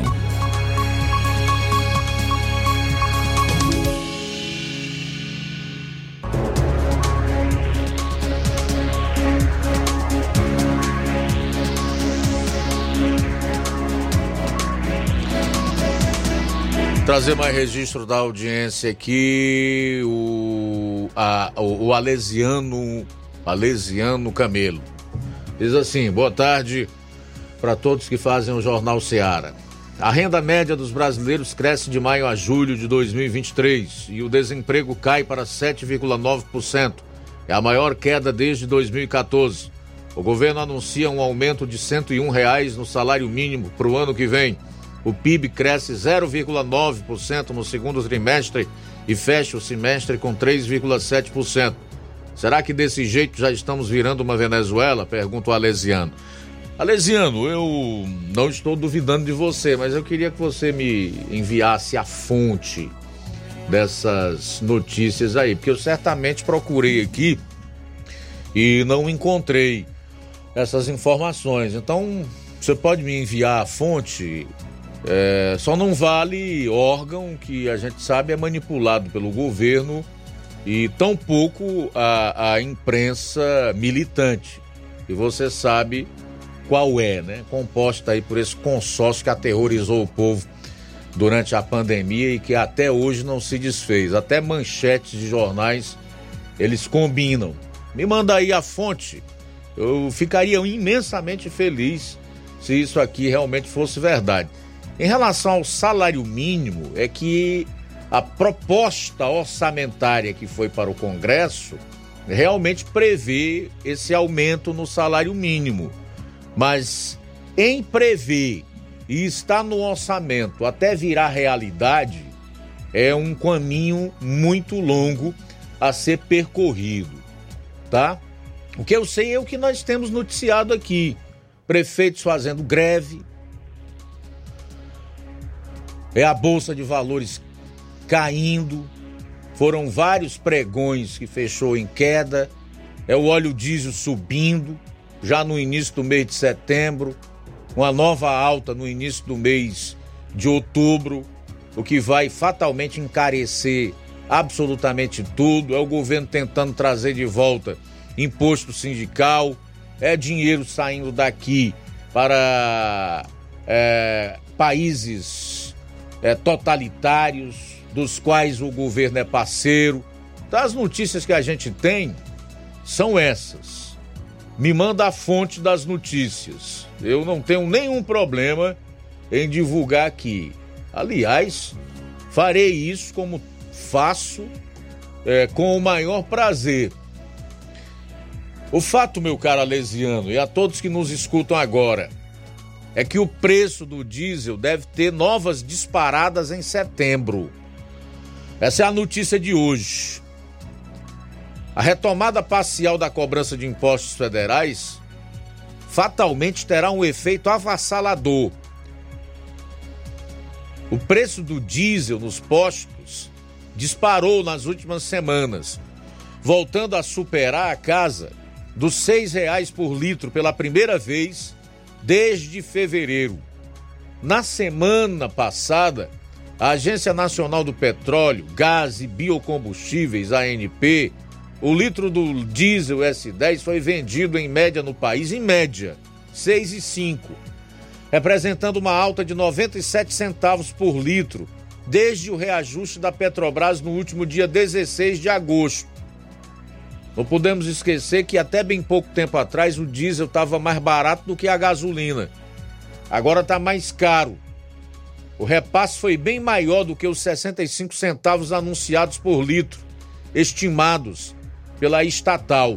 Trazer mais registro da audiência aqui, o, a, o, o Alesiano, Alesiano Camelo. Diz assim: boa tarde para todos que fazem o Jornal Ceará. A renda média dos brasileiros cresce de maio a julho de dois mil e vinte e três e o desemprego cai para sete vírgula nove por cento. É a maior queda desde dois mil e quatorze. O governo anuncia um aumento de cento e um reais no salário mínimo para o ano que vem. O P I B cresce zero vírgula nove por cento no segundo trimestre e fecha o semestre com três vírgula sete por cento. Será que desse jeito já estamos virando uma Venezuela? Pergunta o Alesiano. Alesiano, eu não estou duvidando de você, mas eu queria que você me enviasse a fonte dessas notícias aí, porque eu certamente procurei aqui e não encontrei essas informações. Então, você pode me enviar a fonte? É, só não vale órgão que a gente sabe é manipulado pelo governo e tampouco a, a imprensa militante. E você sabe qual é, né? Composta aí por esse consórcio que aterrorizou o povo durante a pandemia e que até hoje não se desfez. Até manchetes de jornais eles combinam. Me manda aí a fonte. Eu ficaria imensamente feliz se isso aqui realmente fosse verdade. Em relação ao salário mínimo, é que a proposta orçamentária que foi para o Congresso realmente prevê esse aumento no salário mínimo. Mas em prever e estar no orçamento até virar realidade é um caminho muito longo a ser percorrido, tá? O que eu sei é o que nós temos noticiado aqui. Prefeitos fazendo greve, é a Bolsa de Valores caindo, foram vários pregões que fechou em queda é o óleo diesel subindo, já no início do mês de setembro, uma nova alta no início do mês de outubro, o que vai fatalmente encarecer absolutamente tudo. É o governo tentando trazer de volta imposto sindical, é dinheiro saindo daqui para é, países é, totalitários, dos quais o governo é parceiro. Das notícias que a gente tem, são essas. Me manda a fonte das notícias. Eu não tenho nenhum problema em divulgar aqui. Aliás, farei isso como faço é, com o maior prazer. O fato, meu caro Alesiano, e a todos que nos escutam agora, é que o preço do diesel deve ter novas disparadas em setembro. Essa é a notícia de hoje. A retomada parcial da cobrança de impostos federais fatalmente terá um efeito avassalador. O preço do diesel nos postos disparou nas últimas semanas, voltando a superar a casa dos seis reais por litro pela primeira vez desde fevereiro. Na semana passada, a Agência Nacional do Petróleo, Gás e Biocombustíveis, A N P, o litro do diesel S dez foi vendido em média no país, em média, seis reais e cinco centavos, representando uma alta de noventa e sete centavos por litro, desde o reajuste da Petrobras no último dia dezesseis de agosto. Não podemos esquecer que até bem pouco tempo atrás o diesel estava mais barato do que a gasolina. Agora está mais caro. O repasse foi bem maior do que os sessenta e cinco centavos anunciados por litro, estimados pela estatal.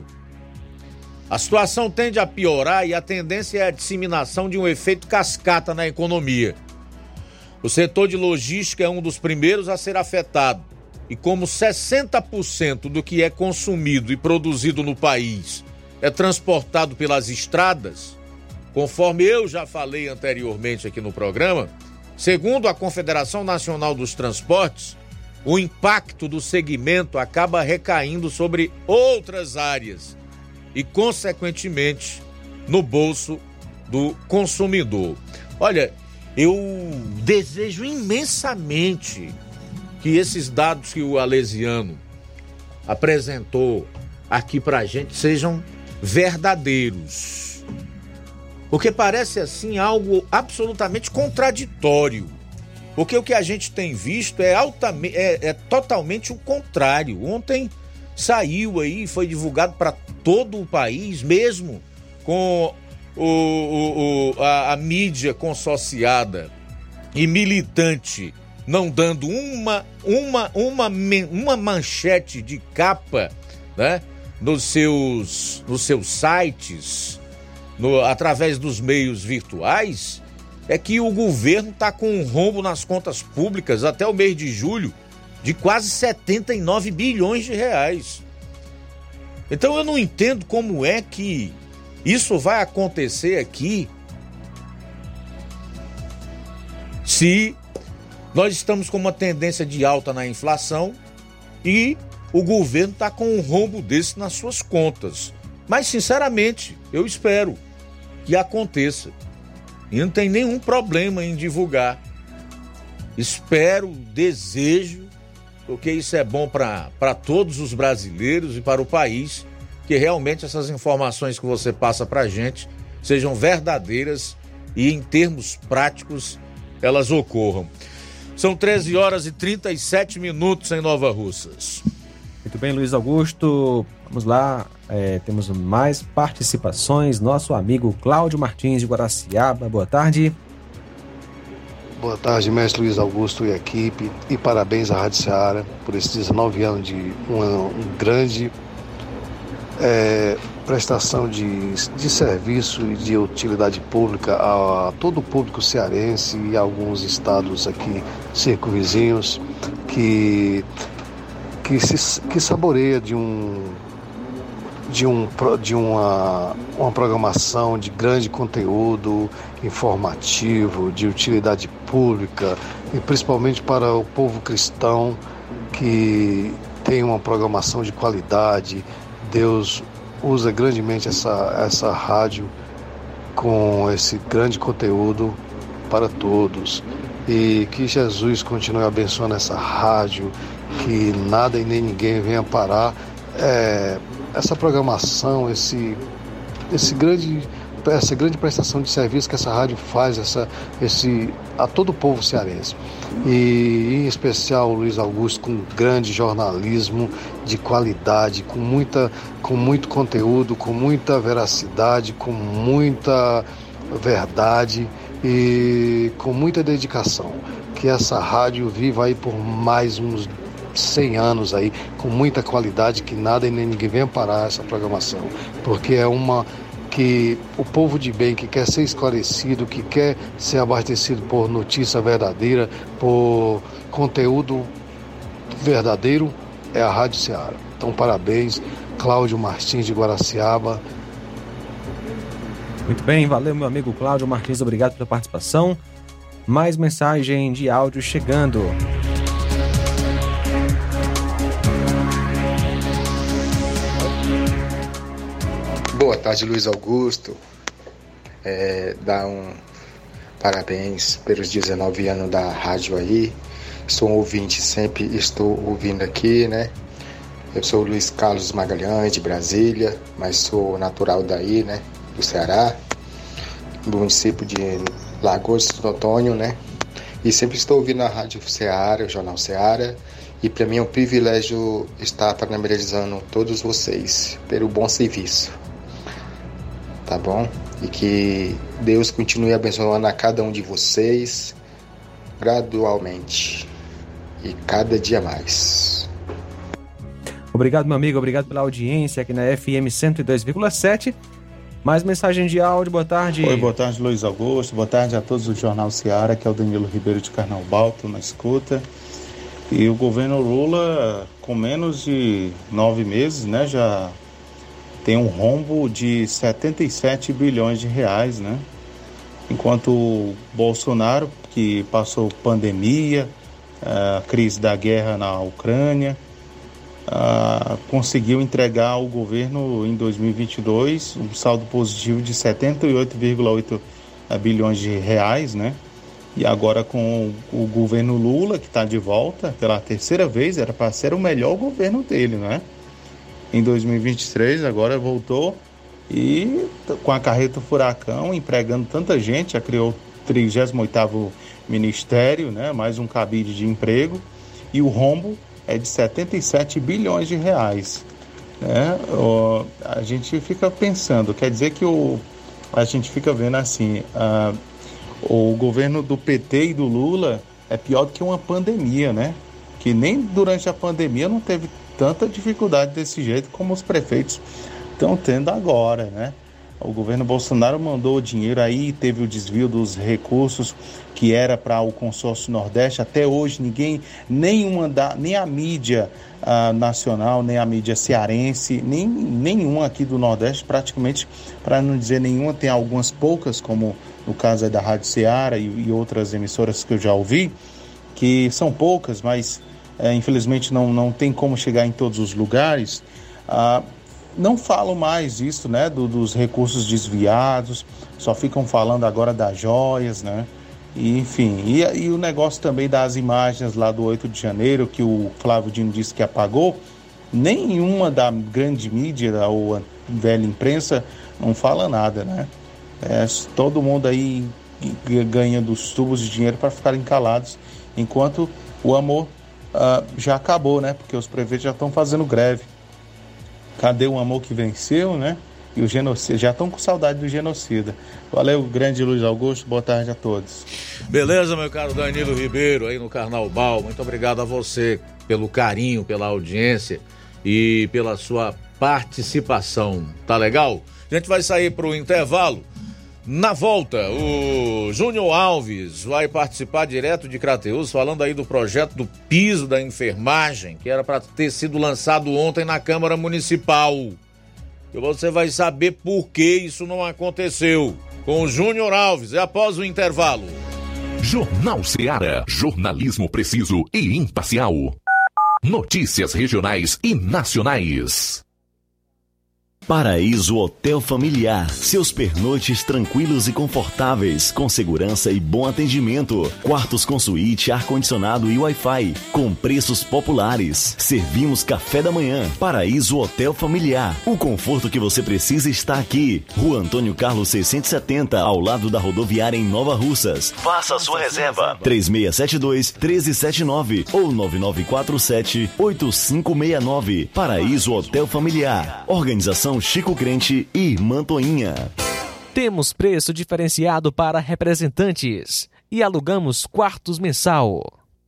A situação tende a piorar e a tendência é a disseminação de um efeito cascata na economia. O setor de logística é um dos primeiros a ser afetado. E como sessenta por cento do que é consumido e produzido no país é transportado pelas estradas, conforme eu já falei anteriormente aqui no programa, segundo a Confederação Nacional dos Transportes, o impacto do segmento acaba recaindo sobre outras áreas e, consequentemente, no bolso do consumidor. Olha, eu desejo imensamente que esses dados que o Alesiano apresentou aqui pra gente sejam verdadeiros. Porque parece assim algo absolutamente contraditório. Porque o que a gente tem visto é, altamente, é, é totalmente o contrário. Ontem saiu aí, foi divulgado para todo o país, mesmo com o, o, o, a, a mídia consorciada e militante não dando uma, uma, uma, uma manchete de capa, né, nos seus, nos seus sites, no, através dos meios virtuais, é que o governo está com um rombo nas contas públicas até o mês de julho de quase setenta e nove bilhões de reais. Então eu não entendo como é que isso vai acontecer aqui se nós estamos com uma tendência de alta na inflação e o governo está com um rombo desse nas suas contas. Mas, sinceramente, eu espero que aconteça. E não tem nenhum problema em divulgar. Espero, desejo, porque isso é bom para todos os brasileiros e para o país, que realmente essas informações que você passa para a gente sejam verdadeiras e, em termos práticos, elas ocorram. São treze horas e trinta e sete minutos em Nova Russas. Muito bem, Luiz Augusto. Vamos lá, é, temos mais participações. Nosso amigo Cláudio Martins de Guaraciaba. Boa tarde. Boa tarde, mestre Luiz Augusto e equipe. E parabéns à Rádio Ceará por esses dezenove anos de uma um grande é, prestação de, de serviço e de utilidade pública a, a todo o público cearense e a alguns estados aqui circunvizinhos que, que, se, que saboreia de um de, um, de uma, uma programação de grande conteúdo informativo, de utilidade pública e principalmente para o povo cristão que tem uma programação de qualidade. Deus usa grandemente essa, essa rádio com esse grande conteúdo para todos. E que Jesus continue abençoando essa rádio, que nada e nem ninguém venha parar é, essa programação, esse, esse grande, essa grande prestação de serviço que essa rádio faz essa, esse, a todo o povo cearense. E em especial o Luiz Augusto, com grande jornalismo de qualidade, com, muita, com muito conteúdo, com muita veracidade, com muita verdade e com muita dedicação. Que essa rádio viva aí por mais uns cem anos aí, com muita qualidade, que nada e nem ninguém venha parar essa programação, porque é uma que o povo de bem, que quer ser esclarecido, que quer ser abastecido por notícia verdadeira, por conteúdo verdadeiro, é a Rádio Ceará. Então, parabéns, Cláudio Martins de Guaraciaba. Muito bem, valeu meu amigo Cláudio Martins, obrigado pela participação. Mais mensagem de áudio chegando. Boa tarde, Luiz Augusto. É, dá um parabéns pelos dezenove anos da rádio aí. Sou um ouvinte, sempre estou ouvindo aqui, né? Eu sou o Luiz Carlos Magalhães, de Brasília, mas sou natural daí, né? Do Ceará, do município de Lagoas de Santo Antônio, né? E sempre estou ouvindo a Rádio Ceará, o Jornal Ceará, e para mim é um privilégio estar parabenizando todos vocês pelo bom serviço, tá bom? E que Deus continue abençoando a cada um de vocês gradualmente e cada dia mais. Obrigado, meu amigo, obrigado pela audiência aqui na F M cento e dois vírgula sete. Mais mensagem de áudio, boa tarde. Oi, boa tarde, Luiz Augusto. Boa tarde a todos do Jornal Ceará, que é o Danilo Ribeiro de Carnaubal, tô na escuta. E o governo Lula, com menos de nove meses, né, já tem um rombo de setenta e sete bilhões de reais, né? Enquanto o Bolsonaro, que passou pandemia, a crise da guerra na Ucrânia, Uh, conseguiu entregar ao governo em dois mil e vinte e dois um saldo positivo de setenta e oito vírgula oito bilhões de reais, né? E agora com o, o governo Lula, que está de volta pela terceira vez, era para ser o melhor governo dele, né? Em dois mil e vinte e três agora voltou e com a carreta furacão, empregando tanta gente, já criou o trigésimo oitavo ministério, né? Mais um cabide de emprego, e o rombo é de setenta e sete bilhões de reais, né? O, a gente fica pensando, quer dizer que o, a gente fica vendo assim, a, o governo do P T e do Lula é pior do que uma pandemia, né? Que nem durante a pandemia não teve tanta dificuldade desse jeito como os prefeitos estão tendo agora, né? O governo Bolsonaro mandou o dinheiro aí, teve o desvio dos recursos que era para o consórcio Nordeste. Até hoje ninguém, nenhuma da, nem a mídia uh, nacional, nem a mídia cearense, nem nenhuma aqui do Nordeste, praticamente, para não dizer nenhuma, tem algumas poucas, como no caso é da Rádio Ceará e, e outras emissoras que eu já ouvi, que são poucas, mas uh, infelizmente não, não tem como chegar em todos os lugares. Uh, Não falam mais isso, né, do, dos recursos desviados, só ficam falando agora das joias, né, e, enfim, e, e o negócio também das imagens lá do oito de janeiro, que o Flávio Dino disse que apagou, nenhuma da grande mídia ou a velha imprensa não fala nada, né, é, todo mundo aí ganha dos tubos de dinheiro para ficarem calados, enquanto o amor uh, já acabou, né, porque os prefeitos já estão fazendo greve. Cadê o amor que venceu, né? E o genocida, já estão com saudade do genocida. Valeu, grande Luiz Augusto, boa tarde a todos. Beleza, meu caro Danilo Ribeiro, aí no Carnaubal. Muito obrigado a você pelo carinho, pela audiência e pela sua participação. Tá legal? A gente vai sair para o intervalo. Na volta, o Júnior Alves vai participar direto de Crateús, falando aí do projeto do piso da enfermagem, que era para ter sido lançado ontem na Câmara Municipal. E você vai saber por que isso não aconteceu. Com o Júnior Alves, é após o intervalo. Jornal Ceará, jornalismo preciso e imparcial. Notícias regionais e nacionais. Paraíso Hotel Familiar. Seus pernoites tranquilos e confortáveis, com segurança e bom atendimento. Quartos com suíte, ar-condicionado e Wi-Fi, com preços populares. Servimos café da manhã. Paraíso Hotel Familiar. O conforto que você precisa está aqui. Rua Antônio Carlos seiscentos e setenta, ao lado da rodoviária em Nova Russas. Faça a sua reserva. três seis sete dois, um três sete nove ou nove nove quatro sete, oito cinco seis nove. Paraíso Hotel Familiar. Organização Chico Crente e Irmã Toinha. Temos preço diferenciado para representantes e alugamos quartos mensal.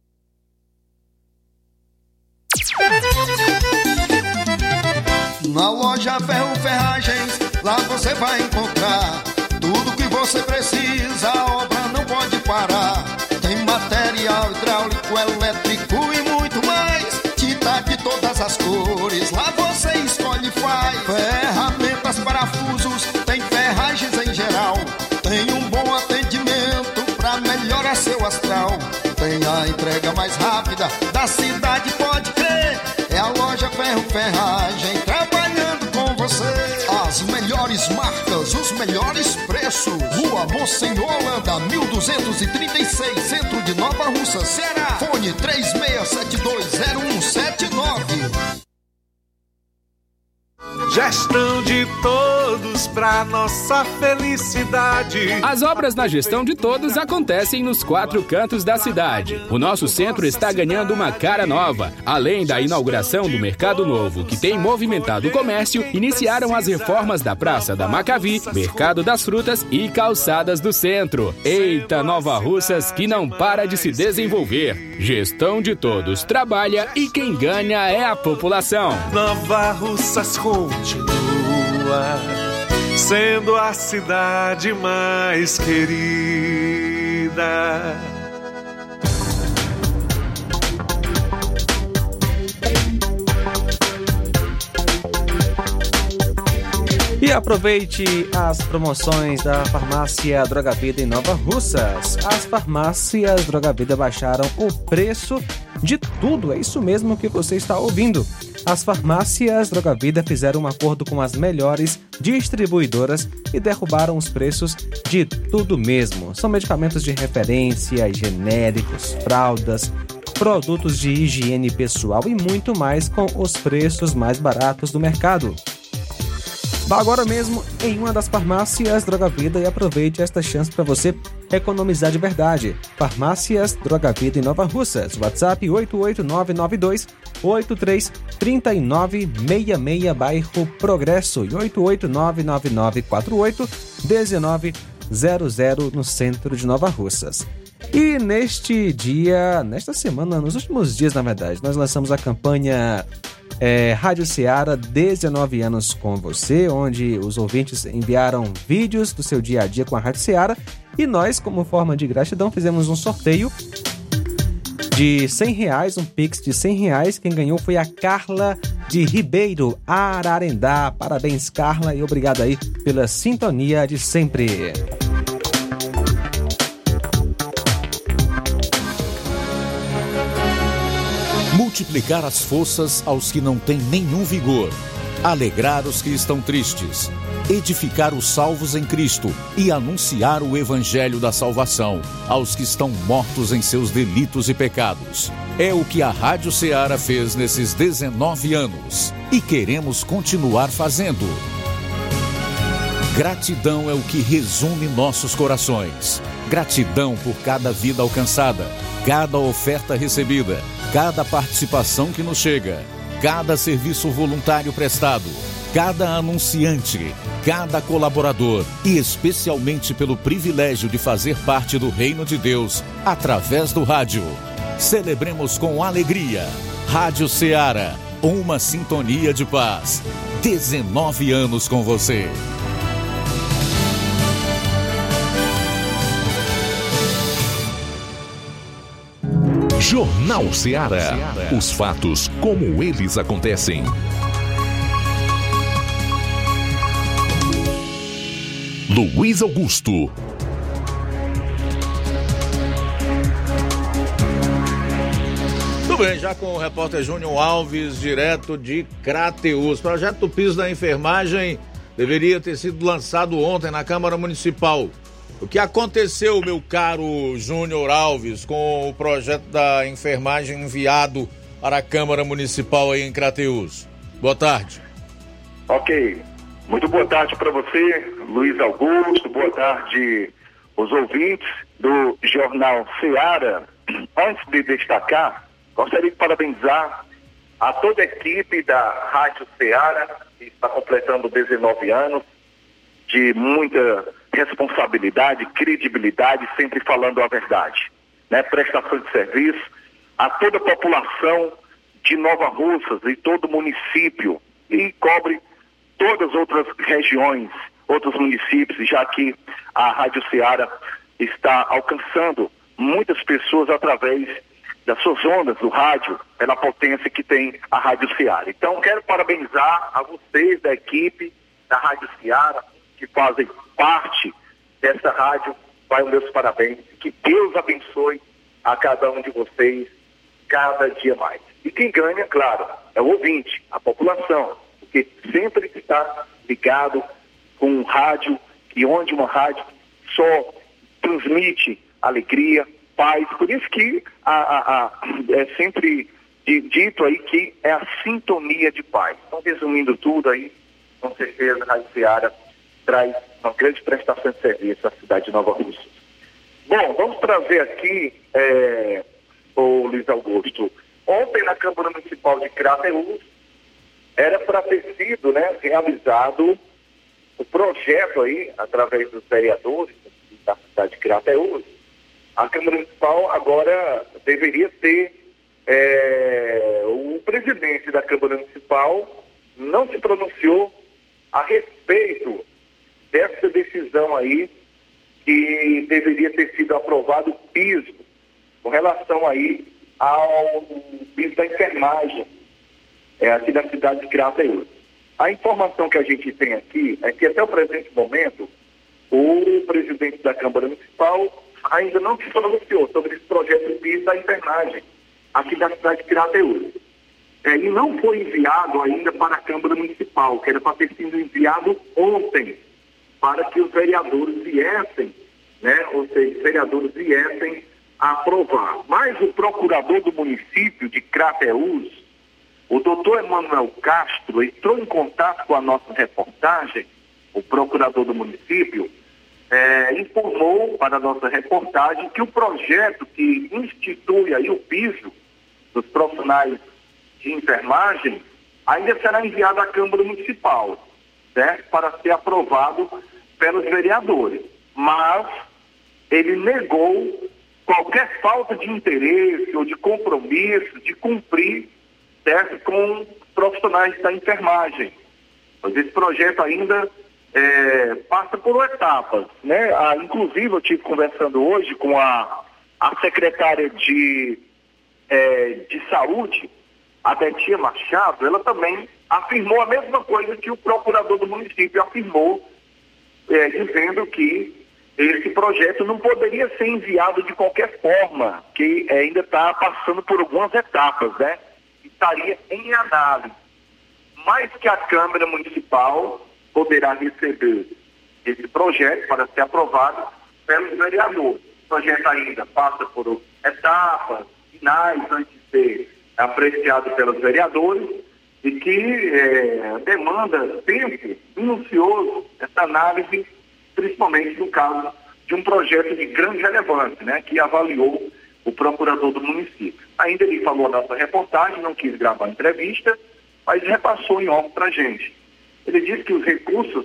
Na loja Ferro Ferragens, lá você vai encontrar tudo que você precisa, a obra não pode parar. Tem material hidráulico, elétrico e muito mais. Tinta de todas as cores, lá você escolhe e faz. Ferramentas, parafusos, tem ferragens em geral. Tem um bom atendimento pra melhorar seu astral. Tem a entrega mais rápida da cidade, pode crer. É a loja Ferro Ferragem trabalhando com você. As melhores marcas, os melhores preços. Rua Monsenhor Holanda, mil duzentos e trinta e seis, centro de Nova Russa, Ceará. Fone três seis sete dois zero um sete nove. Gestão de todos pra nossa felicidade. As obras na gestão de todos acontecem nos quatro cantos da cidade. O nosso centro está ganhando uma cara nova. Além da inauguração do Mercado Novo, que tem movimentado o comércio, iniciaram as reformas da Praça da Macavi, Mercado das Frutas e Calçadas do Centro. Eita, Nova Russas, que não para de se desenvolver. Gestão de todos trabalha e quem ganha é a população. Nova Russas continua sendo a cidade mais querida. E aproveite as promoções da Farmácia Droga Vida em Nova Russas. As farmácias Droga Vida baixaram o preço de tudo, é isso mesmo que você está ouvindo. As farmácias Droga Vida fizeram um acordo com as melhores distribuidoras e derrubaram os preços de tudo mesmo. São medicamentos de referência, genéricos, fraldas, produtos de higiene pessoal e muito mais com os preços mais baratos do mercado. Vá agora mesmo em uma das farmácias Droga Vida e aproveite esta chance para você economizar de verdade. Farmácias Droga Vida em Nova Russas. WhatsApp oito oito nove nove dois oito três três nove seis seis, bairro Progresso, e oito oito nove nove nove quatro oito um nove zero zero no centro de Nova Russas. E neste dia, nesta semana, nos últimos dias na verdade, nós lançamos a campanha É, Rádio Ceará, dezenove anos com você, onde os ouvintes enviaram vídeos do seu dia a dia com a Rádio Ceará e nós, como forma de gratidão, fizemos um sorteio de cem reais, um Pix de cem reais. Quem ganhou foi a Carla de Ribeiro, Ararendá. Parabéns, Carla, e obrigado aí pela sintonia de sempre. Multiplicar as forças aos que não têm nenhum vigor, alegrar os que estão tristes, edificar os salvos em Cristo e anunciar o evangelho da salvação aos que estão mortos em seus delitos e pecados. É o que a Rádio Ceará fez nesses dezenove anos e queremos continuar fazendo. Gratidão é o que resume nossos corações. Gratidão por cada vida alcançada, cada oferta recebida, cada participação que nos chega, cada serviço voluntário prestado, cada anunciante, cada colaborador e especialmente pelo privilégio de fazer parte do Reino de Deus através do rádio. Celebremos com alegria. Rádio Ceará, uma sintonia de paz. dezenove anos com você. Jornal Ceará. Os fatos como eles acontecem. Luiz Augusto. bem, já com o repórter Júnior Alves, direto de Crateús. O projeto do piso da enfermagem deveria ter sido lançado ontem na Câmara Municipal. O que aconteceu, meu caro Júnior Alves, com o projeto da enfermagem enviado para a Câmara Municipal aí em Crateús? Boa tarde. Ok. Muito boa tarde para você, Luiz Augusto. Boa tarde os ouvintes do Jornal Ceará. Antes de destacar, gostaria de parabenizar a toda a equipe da Rádio Ceará, que está completando dezenove anos, de muita responsabilidade, credibilidade, sempre falando a verdade, né? Prestação de serviço a toda a população de Nova Russas e todo o município, e cobre todas as outras regiões, outros municípios, já que a Rádio Ceará está alcançando muitas pessoas através das suas ondas do rádio, pela potência que tem a Rádio Ceará. Então, quero parabenizar a vocês da equipe da Rádio Ceará, que fazem parte dessa rádio. Vai os meus parabéns. Que Deus abençoe a cada um de vocês cada dia mais. E quem ganha, claro, é o ouvinte, a população, porque sempre está ligado com um rádio, e onde uma rádio só transmite alegria, paz. Por isso que a, a, a, é sempre dito aí que é a sintonia de paz. Então, resumindo tudo aí, com certeza a Rádio Ceará traz uma grande prestação de serviço à cidade de Nova Russas. Bom, vamos trazer aqui, é, o Luiz Augusto, ontem na Câmara Municipal de Crateús era para ter sido, né, realizado o projeto aí, através dos vereadores da cidade de Crateús. A Câmara Municipal agora deveria ter, é, o presidente da Câmara Municipal não se pronunciou a respeito dessa decisão aí, que deveria ter sido aprovado o piso, com relação aí ao piso da enfermagem, é, aqui da cidade de Crateús. A informação que a gente tem aqui é que até o presente momento, o presidente da Câmara Municipal ainda não se pronunciou sobre esse projeto de piso da enfermagem aqui da cidade de Crateús. É, e não foi enviado ainda para a Câmara Municipal, que era para ter sido enviado ontem, para que os vereadores viessem, né, ou seja, os vereadores viessem a aprovar. Mas o procurador do município de Crateús, o doutor Emanuel Castro, entrou em contato com a nossa reportagem, o procurador do município, é, informou para a nossa reportagem que o projeto que institui aí o piso dos profissionais de enfermagem ainda será enviado à Câmara Municipal, certo? Para ser aprovado pelos vereadores. Mas ele negou qualquer falta de interesse ou de compromisso de cumprir, certo, com os profissionais da enfermagem. Mas esse projeto ainda é, passa por etapas, né? Ah, inclusive eu estive conversando hoje com a, a secretária de, é, de saúde, a Betinha Machado. Ela também afirmou a mesma coisa que o procurador do município afirmou, é, dizendo que esse projeto não poderia ser enviado de qualquer forma, que é, ainda está passando por algumas etapas, né? Estaria em análise, mas que a Câmara Municipal poderá receber esse projeto para ser aprovado pelos vereadores. O projeto ainda passa por etapas finais antes de ser apreciado pelos vereadores e que é, demanda tempo minucioso essa análise, principalmente no caso de um projeto de grande relevância, né, que avaliou o procurador do município. Ainda ele falou a nossa reportagem, não quis gravar a entrevista, mas repassou em off para a gente. Ele disse que os recursos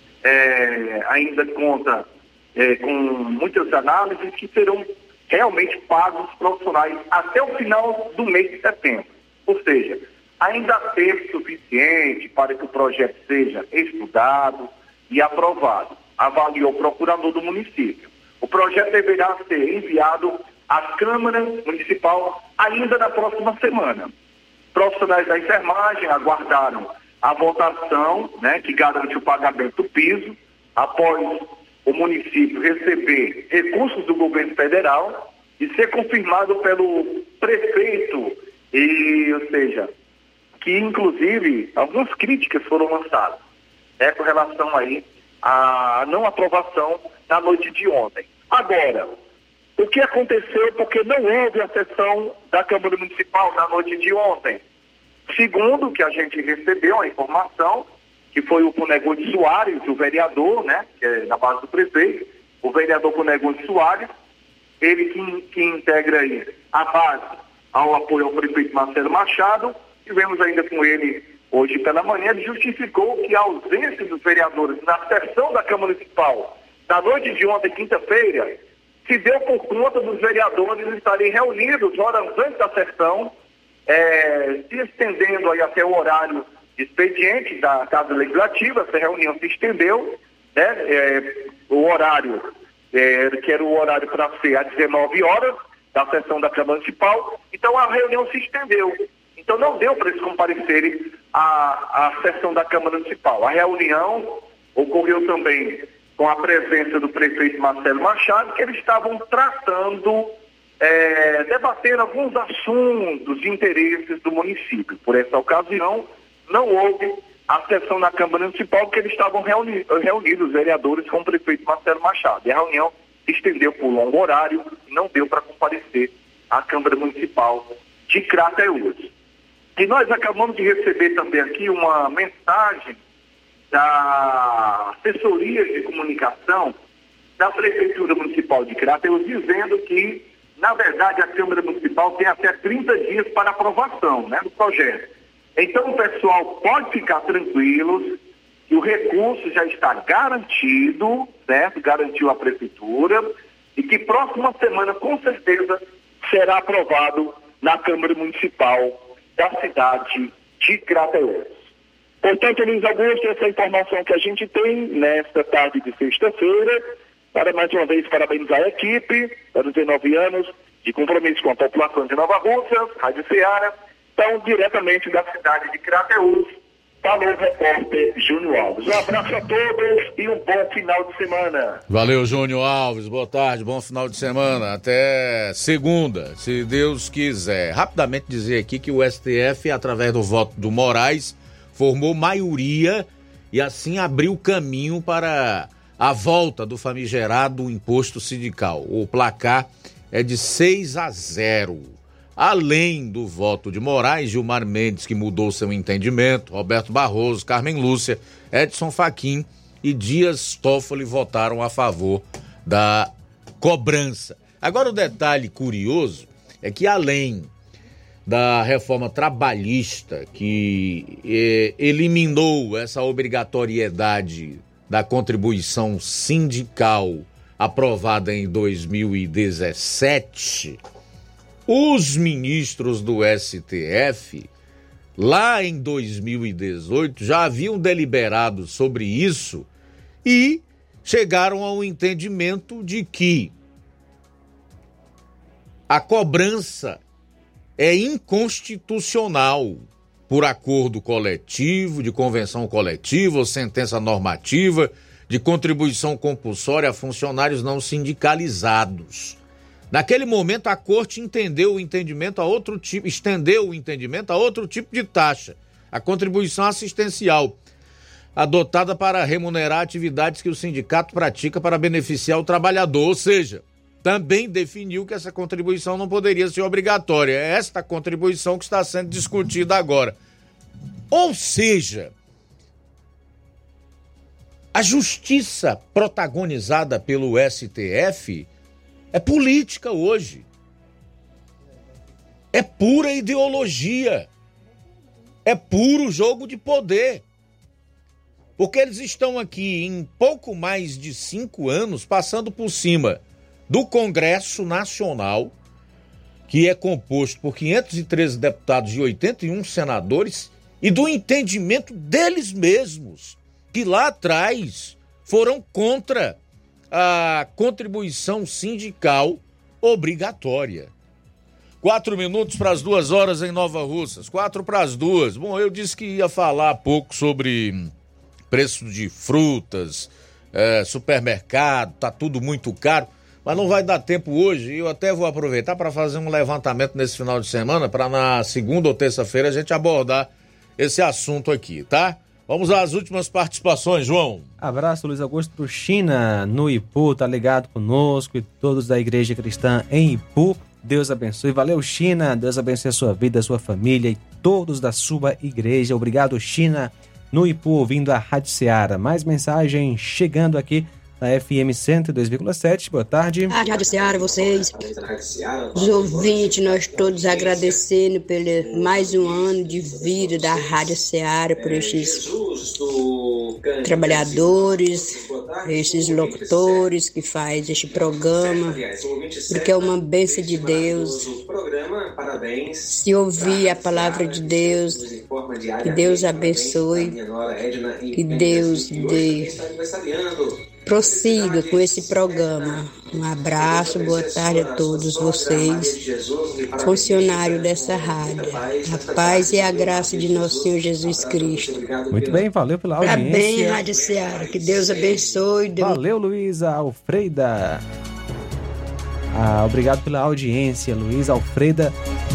é, ainda conta é, com muitas análises que serão realmente pagos aos profissionais até o final do mês de setembro. Ou seja, ainda há tempo suficiente para que o projeto seja estudado e aprovado, avaliou o procurador do município. O projeto deverá ser enviado à Câmara Municipal ainda na próxima semana. Profissionais da enfermagem aguardaram a votação, né, que garante o pagamento do piso, após o município receber recursos do governo federal e ser confirmado pelo prefeito e, ou seja, que inclusive algumas críticas foram lançadas, né, com relação aí à não aprovação na noite de ontem. Agora, o que aconteceu porque não houve a sessão da Câmara Municipal na noite de ontem? Segundo que a gente recebeu a informação, que foi o Cunegonde Soares, o vereador, né, que é da base do prefeito, o vereador Cunegonde Soares, ele que, que integra aí a base ao apoio ao prefeito Marcelo Machado. Tivemos ainda com ele hoje pela manhã, ele justificou que a ausência dos vereadores na sessão da Câmara Municipal da noite de ontem, quinta-feira, se deu por conta dos vereadores estarem reunidos horas antes da sessão, é, se estendendo aí até o horário de expediente da Casa Legislativa. Essa reunião se estendeu, né, é, o horário, é, que era o horário para ser às dezenove horas, da sessão da Câmara Municipal, então a reunião se estendeu. Então não deu para eles comparecerem à, à sessão da Câmara Municipal. A reunião ocorreu também com a presença do prefeito Marcelo Machado, que eles estavam tratando, é, debatendo alguns assuntos de interesses do município. Por essa ocasião, não houve a sessão na Câmara Municipal, porque eles estavam reuni- reunidos, os vereadores, com o prefeito Marcelo Machado. E a reunião se estendeu por longo horário e não deu para comparecer à Câmara Municipal de Crateús. E nós acabamos de receber também aqui uma mensagem da assessoria de comunicação da Prefeitura Municipal de Crateús, dizendo que, na verdade, a Câmara Municipal tem até trinta dias para aprovação, né, do projeto. Então, o pessoal pode ficar tranquilos que o recurso já está garantido, certo? Garantiu a Prefeitura, e que próxima semana, com certeza, será aprovado na Câmara Municipal da cidade de Crateús. Portanto, Luiz Augusto, essa informação que a gente tem nesta tarde de sexta-feira, para mais uma vez parabenizar a equipe, para dezenove anos de compromisso com a população de Nova Russas, Rádio Ceará, então, diretamente da cidade de Crateús, falou o repórter Júnior Alves. Um abraço a todos e um bom final de semana. Valeu, Júnior Alves, boa tarde, bom final de semana, até segunda, se Deus quiser. Rapidamente dizer aqui que o S T F, através do voto do Moraes, formou maioria e assim abriu caminho para a volta do famigerado imposto sindical. O placar é de seis a zero. Além do voto de Moraes, Gilmar Mendes, que mudou seu entendimento, Roberto Barroso, Carmen Lúcia, Edson Fachin e Dias Toffoli votaram a favor da cobrança. Agora, o detalhe curioso é que, além da reforma trabalhista, que eh, eliminou essa obrigatoriedade da contribuição sindical aprovada em dois mil e dezessete, os ministros do S T F, lá em dois mil e dezoito, já haviam deliberado sobre isso e chegaram ao entendimento de que a cobrança é inconstitucional por acordo coletivo, de convenção coletiva ou sentença normativa de contribuição compulsória a funcionários não sindicalizados. Naquele momento, a Corte entendeu o entendimento a outro tipo, estendeu o entendimento a outro tipo de taxa, a contribuição assistencial, adotada para remunerar atividades que o sindicato pratica para beneficiar o trabalhador, ou seja, também definiu que essa contribuição não poderia ser obrigatória. É esta contribuição que está sendo discutida agora. Ou seja, a justiça protagonizada pelo S T F é política hoje. É pura ideologia. É puro jogo de poder. Porque eles estão aqui em pouco mais de cinco anos passando por cima do Congresso Nacional, que é composto por quinhentos e treze deputados e oitenta e um senadores, e do entendimento deles mesmos, que lá atrás foram contra a contribuição sindical obrigatória. Quatro minutos para as duas horas em Nova Russas. Quatro para as duas. Bom, eu disse que ia falar pouco sobre preço de frutas, é, supermercado, tá tudo muito caro. Mas não vai dar tempo hoje, e eu até vou aproveitar para fazer um levantamento nesse final de semana, para na segunda ou terça-feira a gente abordar esse assunto aqui, tá? Vamos às últimas participações, João. Abraço, Luiz Augusto, pro China, no Ipu, tá ligado conosco, e todos da Igreja Cristã em Ipu. Deus abençoe. Valeu, China. Deus abençoe a sua vida, a sua família e todos da sua igreja. Obrigado, China, no Ipu, ouvindo a Rádio Ceará. Mais mensagem chegando aqui na F M cento e dois vírgula sete. Boa tarde. A Rádio Ceará, vocês, os ouvintes, nós todos agradecendo pelo mais um ano de vida da Rádio Ceará, por estes trabalhadores, esses locutores que fazem este programa, porque é uma bênção de Deus. Se ouvir a palavra de Deus, que Deus abençoe, que Deus dê, prossiga com esse programa. Um abraço, boa tarde a todos vocês, funcionários dessa rádio. A paz e a graça de nosso Senhor Jesus Cristo. Muito bem, valeu pela audiência. Parabéns, Rádio Ceará, que Deus abençoe. Deus... Valeu, Luísa Alfreda. Ah, obrigado pela audiência, Luísa Alfreda.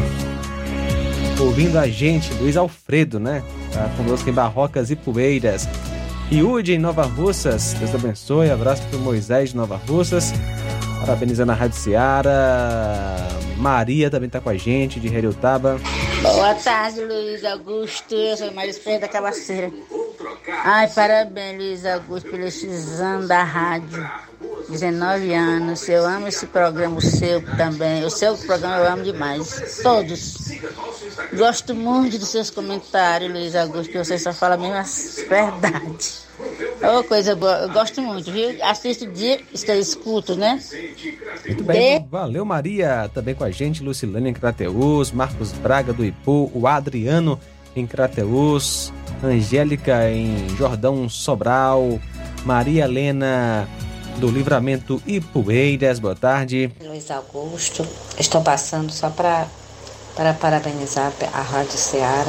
Ouvindo a gente, Luiz Alfredo, né? Tá conosco em Barrocas e Poeiras. Iude em Nova Russas, Deus abençoe. Abraço para o Moisés de Nova Russas. Parabenizando a Rádio Ceará. Maria também está com a gente, de Heriotaba. Boa tarde, Luiz Augusto. Eu sou Maria Espreita da Cabaceira. Ai, parabéns, Luiz Augusto, pelo esses anos da rádio. dezenove anos. Eu amo esse programa, o seu também. O seu programa eu amo demais. Todos. Gosto muito dos seus comentários, Luiz Augusto, que você só fala mesmo as verdades. Oh, coisa boa. Eu gosto muito, viu? Assisto o dia, escuto, né? Muito bem. De... Valeu, Maria. Também com a gente, Lucilene em Crateús, Marcos Braga do Ipu, o Adriano em Crateús, Angélica em Jordão Sobral, Maria Helena do Livramento Ipueiras. Boa tarde. Luiz Augusto, estou passando só para para parabenizar a Rádio Ceará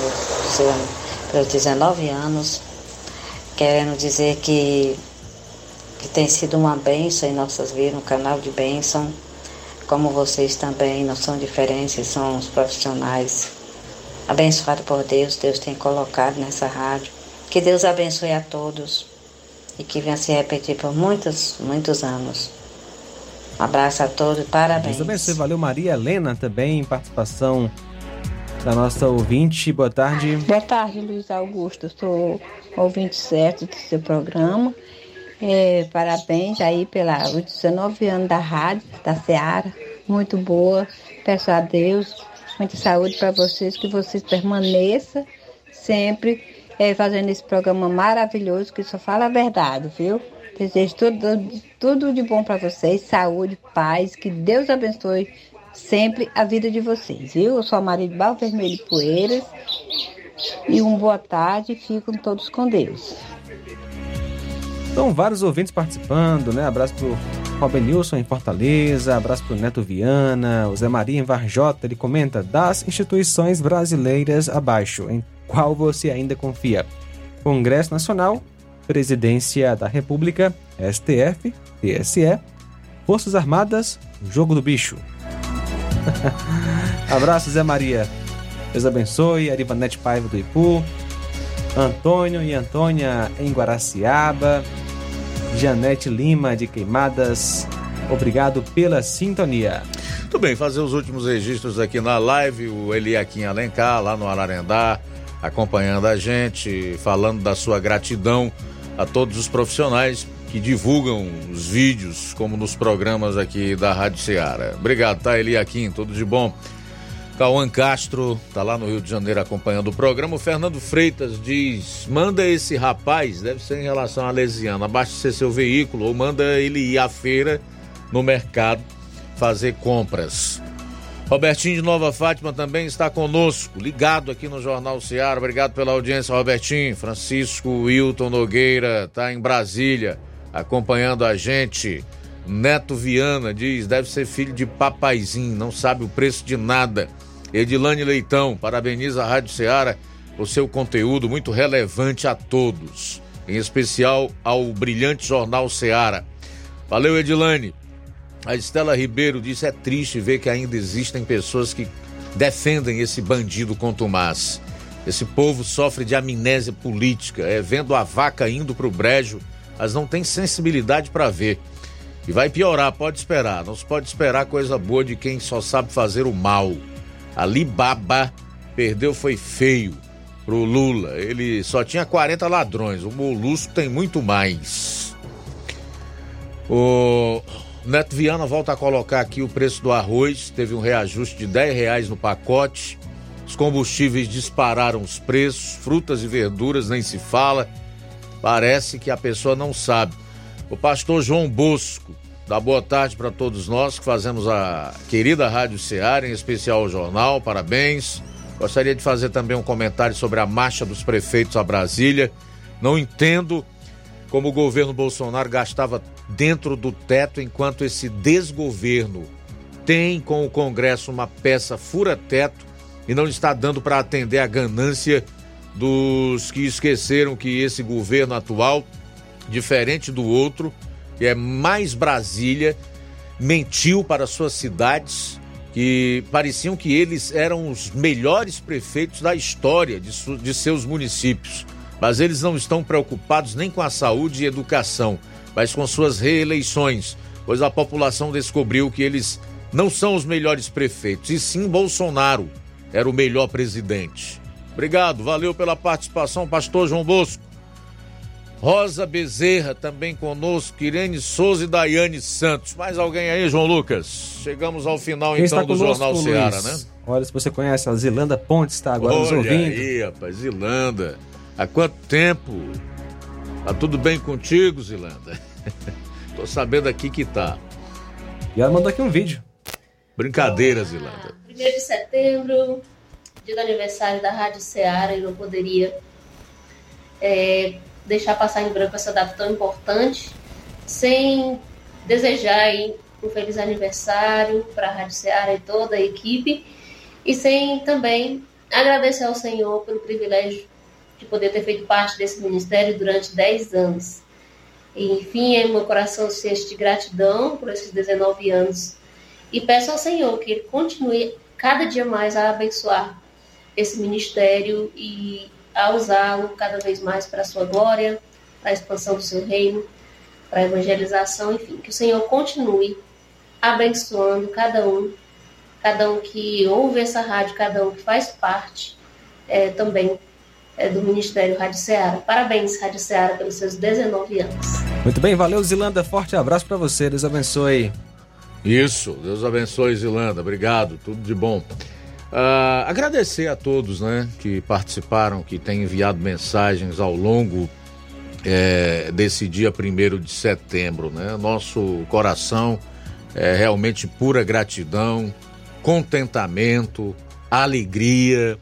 pelos dezenove anos, querendo dizer que, que tem sido uma bênção em nossas vidas, um canal de bênção, como vocês também não são diferentes, são os profissionais abençoados por Deus, Deus tem colocado nessa rádio. Que Deus abençoe a todos e que venha se repetir por muitos, muitos anos. Um abraço a todos, parabéns. Deus abençoe, valeu, Maria Helena também, participação da nossa ouvinte. Boa tarde. Boa tarde, Luiz Augusto, eu sou ouvinte certo do seu programa. É, parabéns aí pelos dezenove anos da rádio, da Ceará, muito boa. Peço a Deus muita saúde para vocês, que vocês permaneçam sempre é, fazendo esse programa maravilhoso, que só fala a verdade, viu? Desejo tudo, tudo de bom para vocês, saúde, paz, que Deus abençoe sempre a vida de vocês, viu? Eu sou a Maria de Barro Vermelho e Poeiras, e uma boa tarde, fiquem todos com Deus. São vários ouvintes participando, né? Abraço pro Robin Nilson em Fortaleza, abraço pro Neto Viana, o Zé Maria em Varjota, ele comenta: das instituições brasileiras abaixo, em qual você ainda confia? Congresso Nacional, Presidência da República, S T F, T S E, Forças Armadas, Jogo do Bicho. Abraço, Zé Maria. Deus abençoe. Arivanete Paiva do Ipu, Antônio e Antônia em Guaraciaba, Janete Lima de Queimadas. Obrigado pela sintonia. Muito bem, fazer os últimos registros aqui na live. O Eliakim Alencar, lá no Ararendá, acompanhando a gente, falando da sua gratidão a todos os profissionais que divulgam os vídeos, como nos programas aqui da Rádio Ceará. Obrigado, tá, Eliakim? Tudo de bom. Cauã Castro tá lá no Rio de Janeiro acompanhando o programa. O Fernando Freitas diz: manda esse rapaz, deve ser em relação à Lesiana, abastecer seu veículo ou manda ele ir à feira, no mercado, fazer compras. Robertinho de Nova Fátima também está conosco, ligado aqui no Jornal Ceará. Obrigado pela audiência, Robertinho. Francisco Wilton Nogueira está em Brasília, acompanhando a gente. Neto Viana diz: deve ser filho de papaizinho, não sabe o preço de nada. Edilane Leitão parabeniza a Rádio Ceará por seu conteúdo muito relevante a todos, em especial ao brilhante Jornal Ceará. Valeu, Edilane. A Estela Ribeiro disse: é triste ver que ainda existem pessoas que defendem esse bandido contumaz. Esse povo sofre de amnésia política, é vendo a vaca indo pro brejo, mas não tem sensibilidade para ver. E vai piorar, pode esperar. Não se pode esperar coisa boa de quem só sabe fazer o mal. Alibaba perdeu, foi feio pro Lula. Ele só tinha quarenta ladrões, o Molusco tem muito mais. O Neto Viana volta a colocar aqui o preço do arroz, teve um reajuste de dez reais no pacote. Os combustíveis dispararam os preços, frutas e verduras nem se fala. Parece que a pessoa não sabe. O pastor João Bosco dá boa tarde para todos nós que fazemos a querida Rádio Ceará, em especial o jornal, parabéns. Gostaria de fazer também um comentário sobre a marcha dos prefeitos a Brasília. Não entendo como o governo Bolsonaro gastava dentro do teto, enquanto esse desgoverno tem com o Congresso uma peça fura-teto e não está dando para atender a ganância dos que esqueceram que esse governo atual, diferente do outro, que é mais Brasília, mentiu para suas cidades, que pareciam que eles eram os melhores prefeitos da história de, su- de seus municípios. Mas eles não estão preocupados nem com a saúde e educação, mas com suas reeleições, pois a população descobriu que eles não são os melhores prefeitos, e sim Bolsonaro era o melhor presidente. Obrigado, valeu pela participação, pastor João Bosco. Rosa Bezerra também conosco, Irene Souza e Daiane Santos. Mais alguém aí, João Lucas? Chegamos ao final Quem então está do conosco, Jornal Luiz? Ceará, né? Olha, se você conhece a Zilanda Pontes, está agora Olha nos ouvindo. aí, rapaz, Zilanda. Há quanto tempo? Tá tudo bem contigo, Zilanda? Tô sabendo aqui que tá. E ela mandou aqui um vídeo. Brincadeira, Zilanda. primeiro de setembro, dia do aniversário da Rádio Ceará, e não poderia é, deixar passar em branco essa data tão importante, sem desejar aí um feliz aniversário para a Rádio Ceará e toda a equipe, e sem também agradecer ao Senhor pelo privilégio de poder ter feito parte desse ministério durante dez anos. E, enfim, é meu coração se enche de gratidão por esses dezenove anos, e peço ao Senhor que Ele continue cada dia mais a abençoar esse ministério e a usá-lo cada vez mais para a sua glória, para a expansão do seu reino, para a evangelização, enfim, que o Senhor continue abençoando cada um, cada um que ouve essa rádio, cada um que faz parte é, também é, do Ministério Rádio Ceará. Parabéns, Rádio Ceará, pelos seus dezenove anos. Muito bem, valeu, Zilanda, forte abraço para você, Deus abençoe. Isso, Deus abençoe, Zilanda, obrigado, tudo de bom. Uh, agradecer a todos, né, que participaram, que têm enviado mensagens ao longo é, desse dia primeiro de setembro, né? Nosso coração é realmente pura gratidão, contentamento, alegria,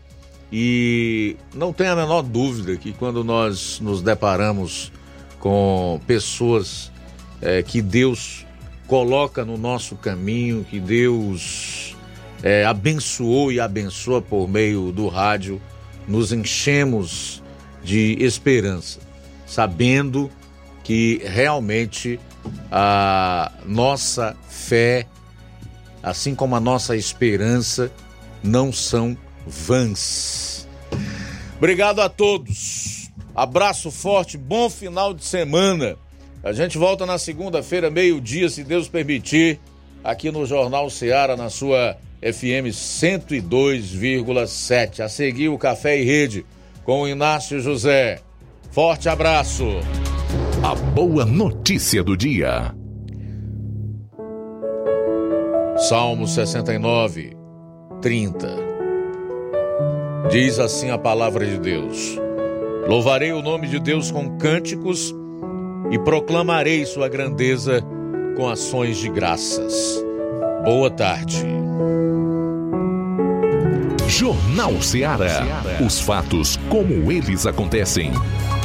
e não tem a menor dúvida que quando nós nos deparamos com pessoas é, que Deus coloca no nosso caminho, que Deus é, abençoou e abençoa por meio do rádio, nos enchemos de esperança, sabendo que realmente a nossa fé, assim como a nossa esperança, não são vãs. Obrigado a todos, abraço forte, bom final de semana. A gente volta na segunda-feira, meio-dia, se Deus permitir, aqui no Jornal Ceará, na sua F M cento e dois vírgula sete. A seguir, o Café e Rede, com o Inácio José. Forte abraço. A boa notícia do dia. Salmo sessenta e nove, trinta. Diz assim a palavra de Deus: louvarei o nome de Deus com cânticos e proclamarei sua grandeza com ações de graças. Boa tarde. Jornal Ceará. Os fatos como eles acontecem.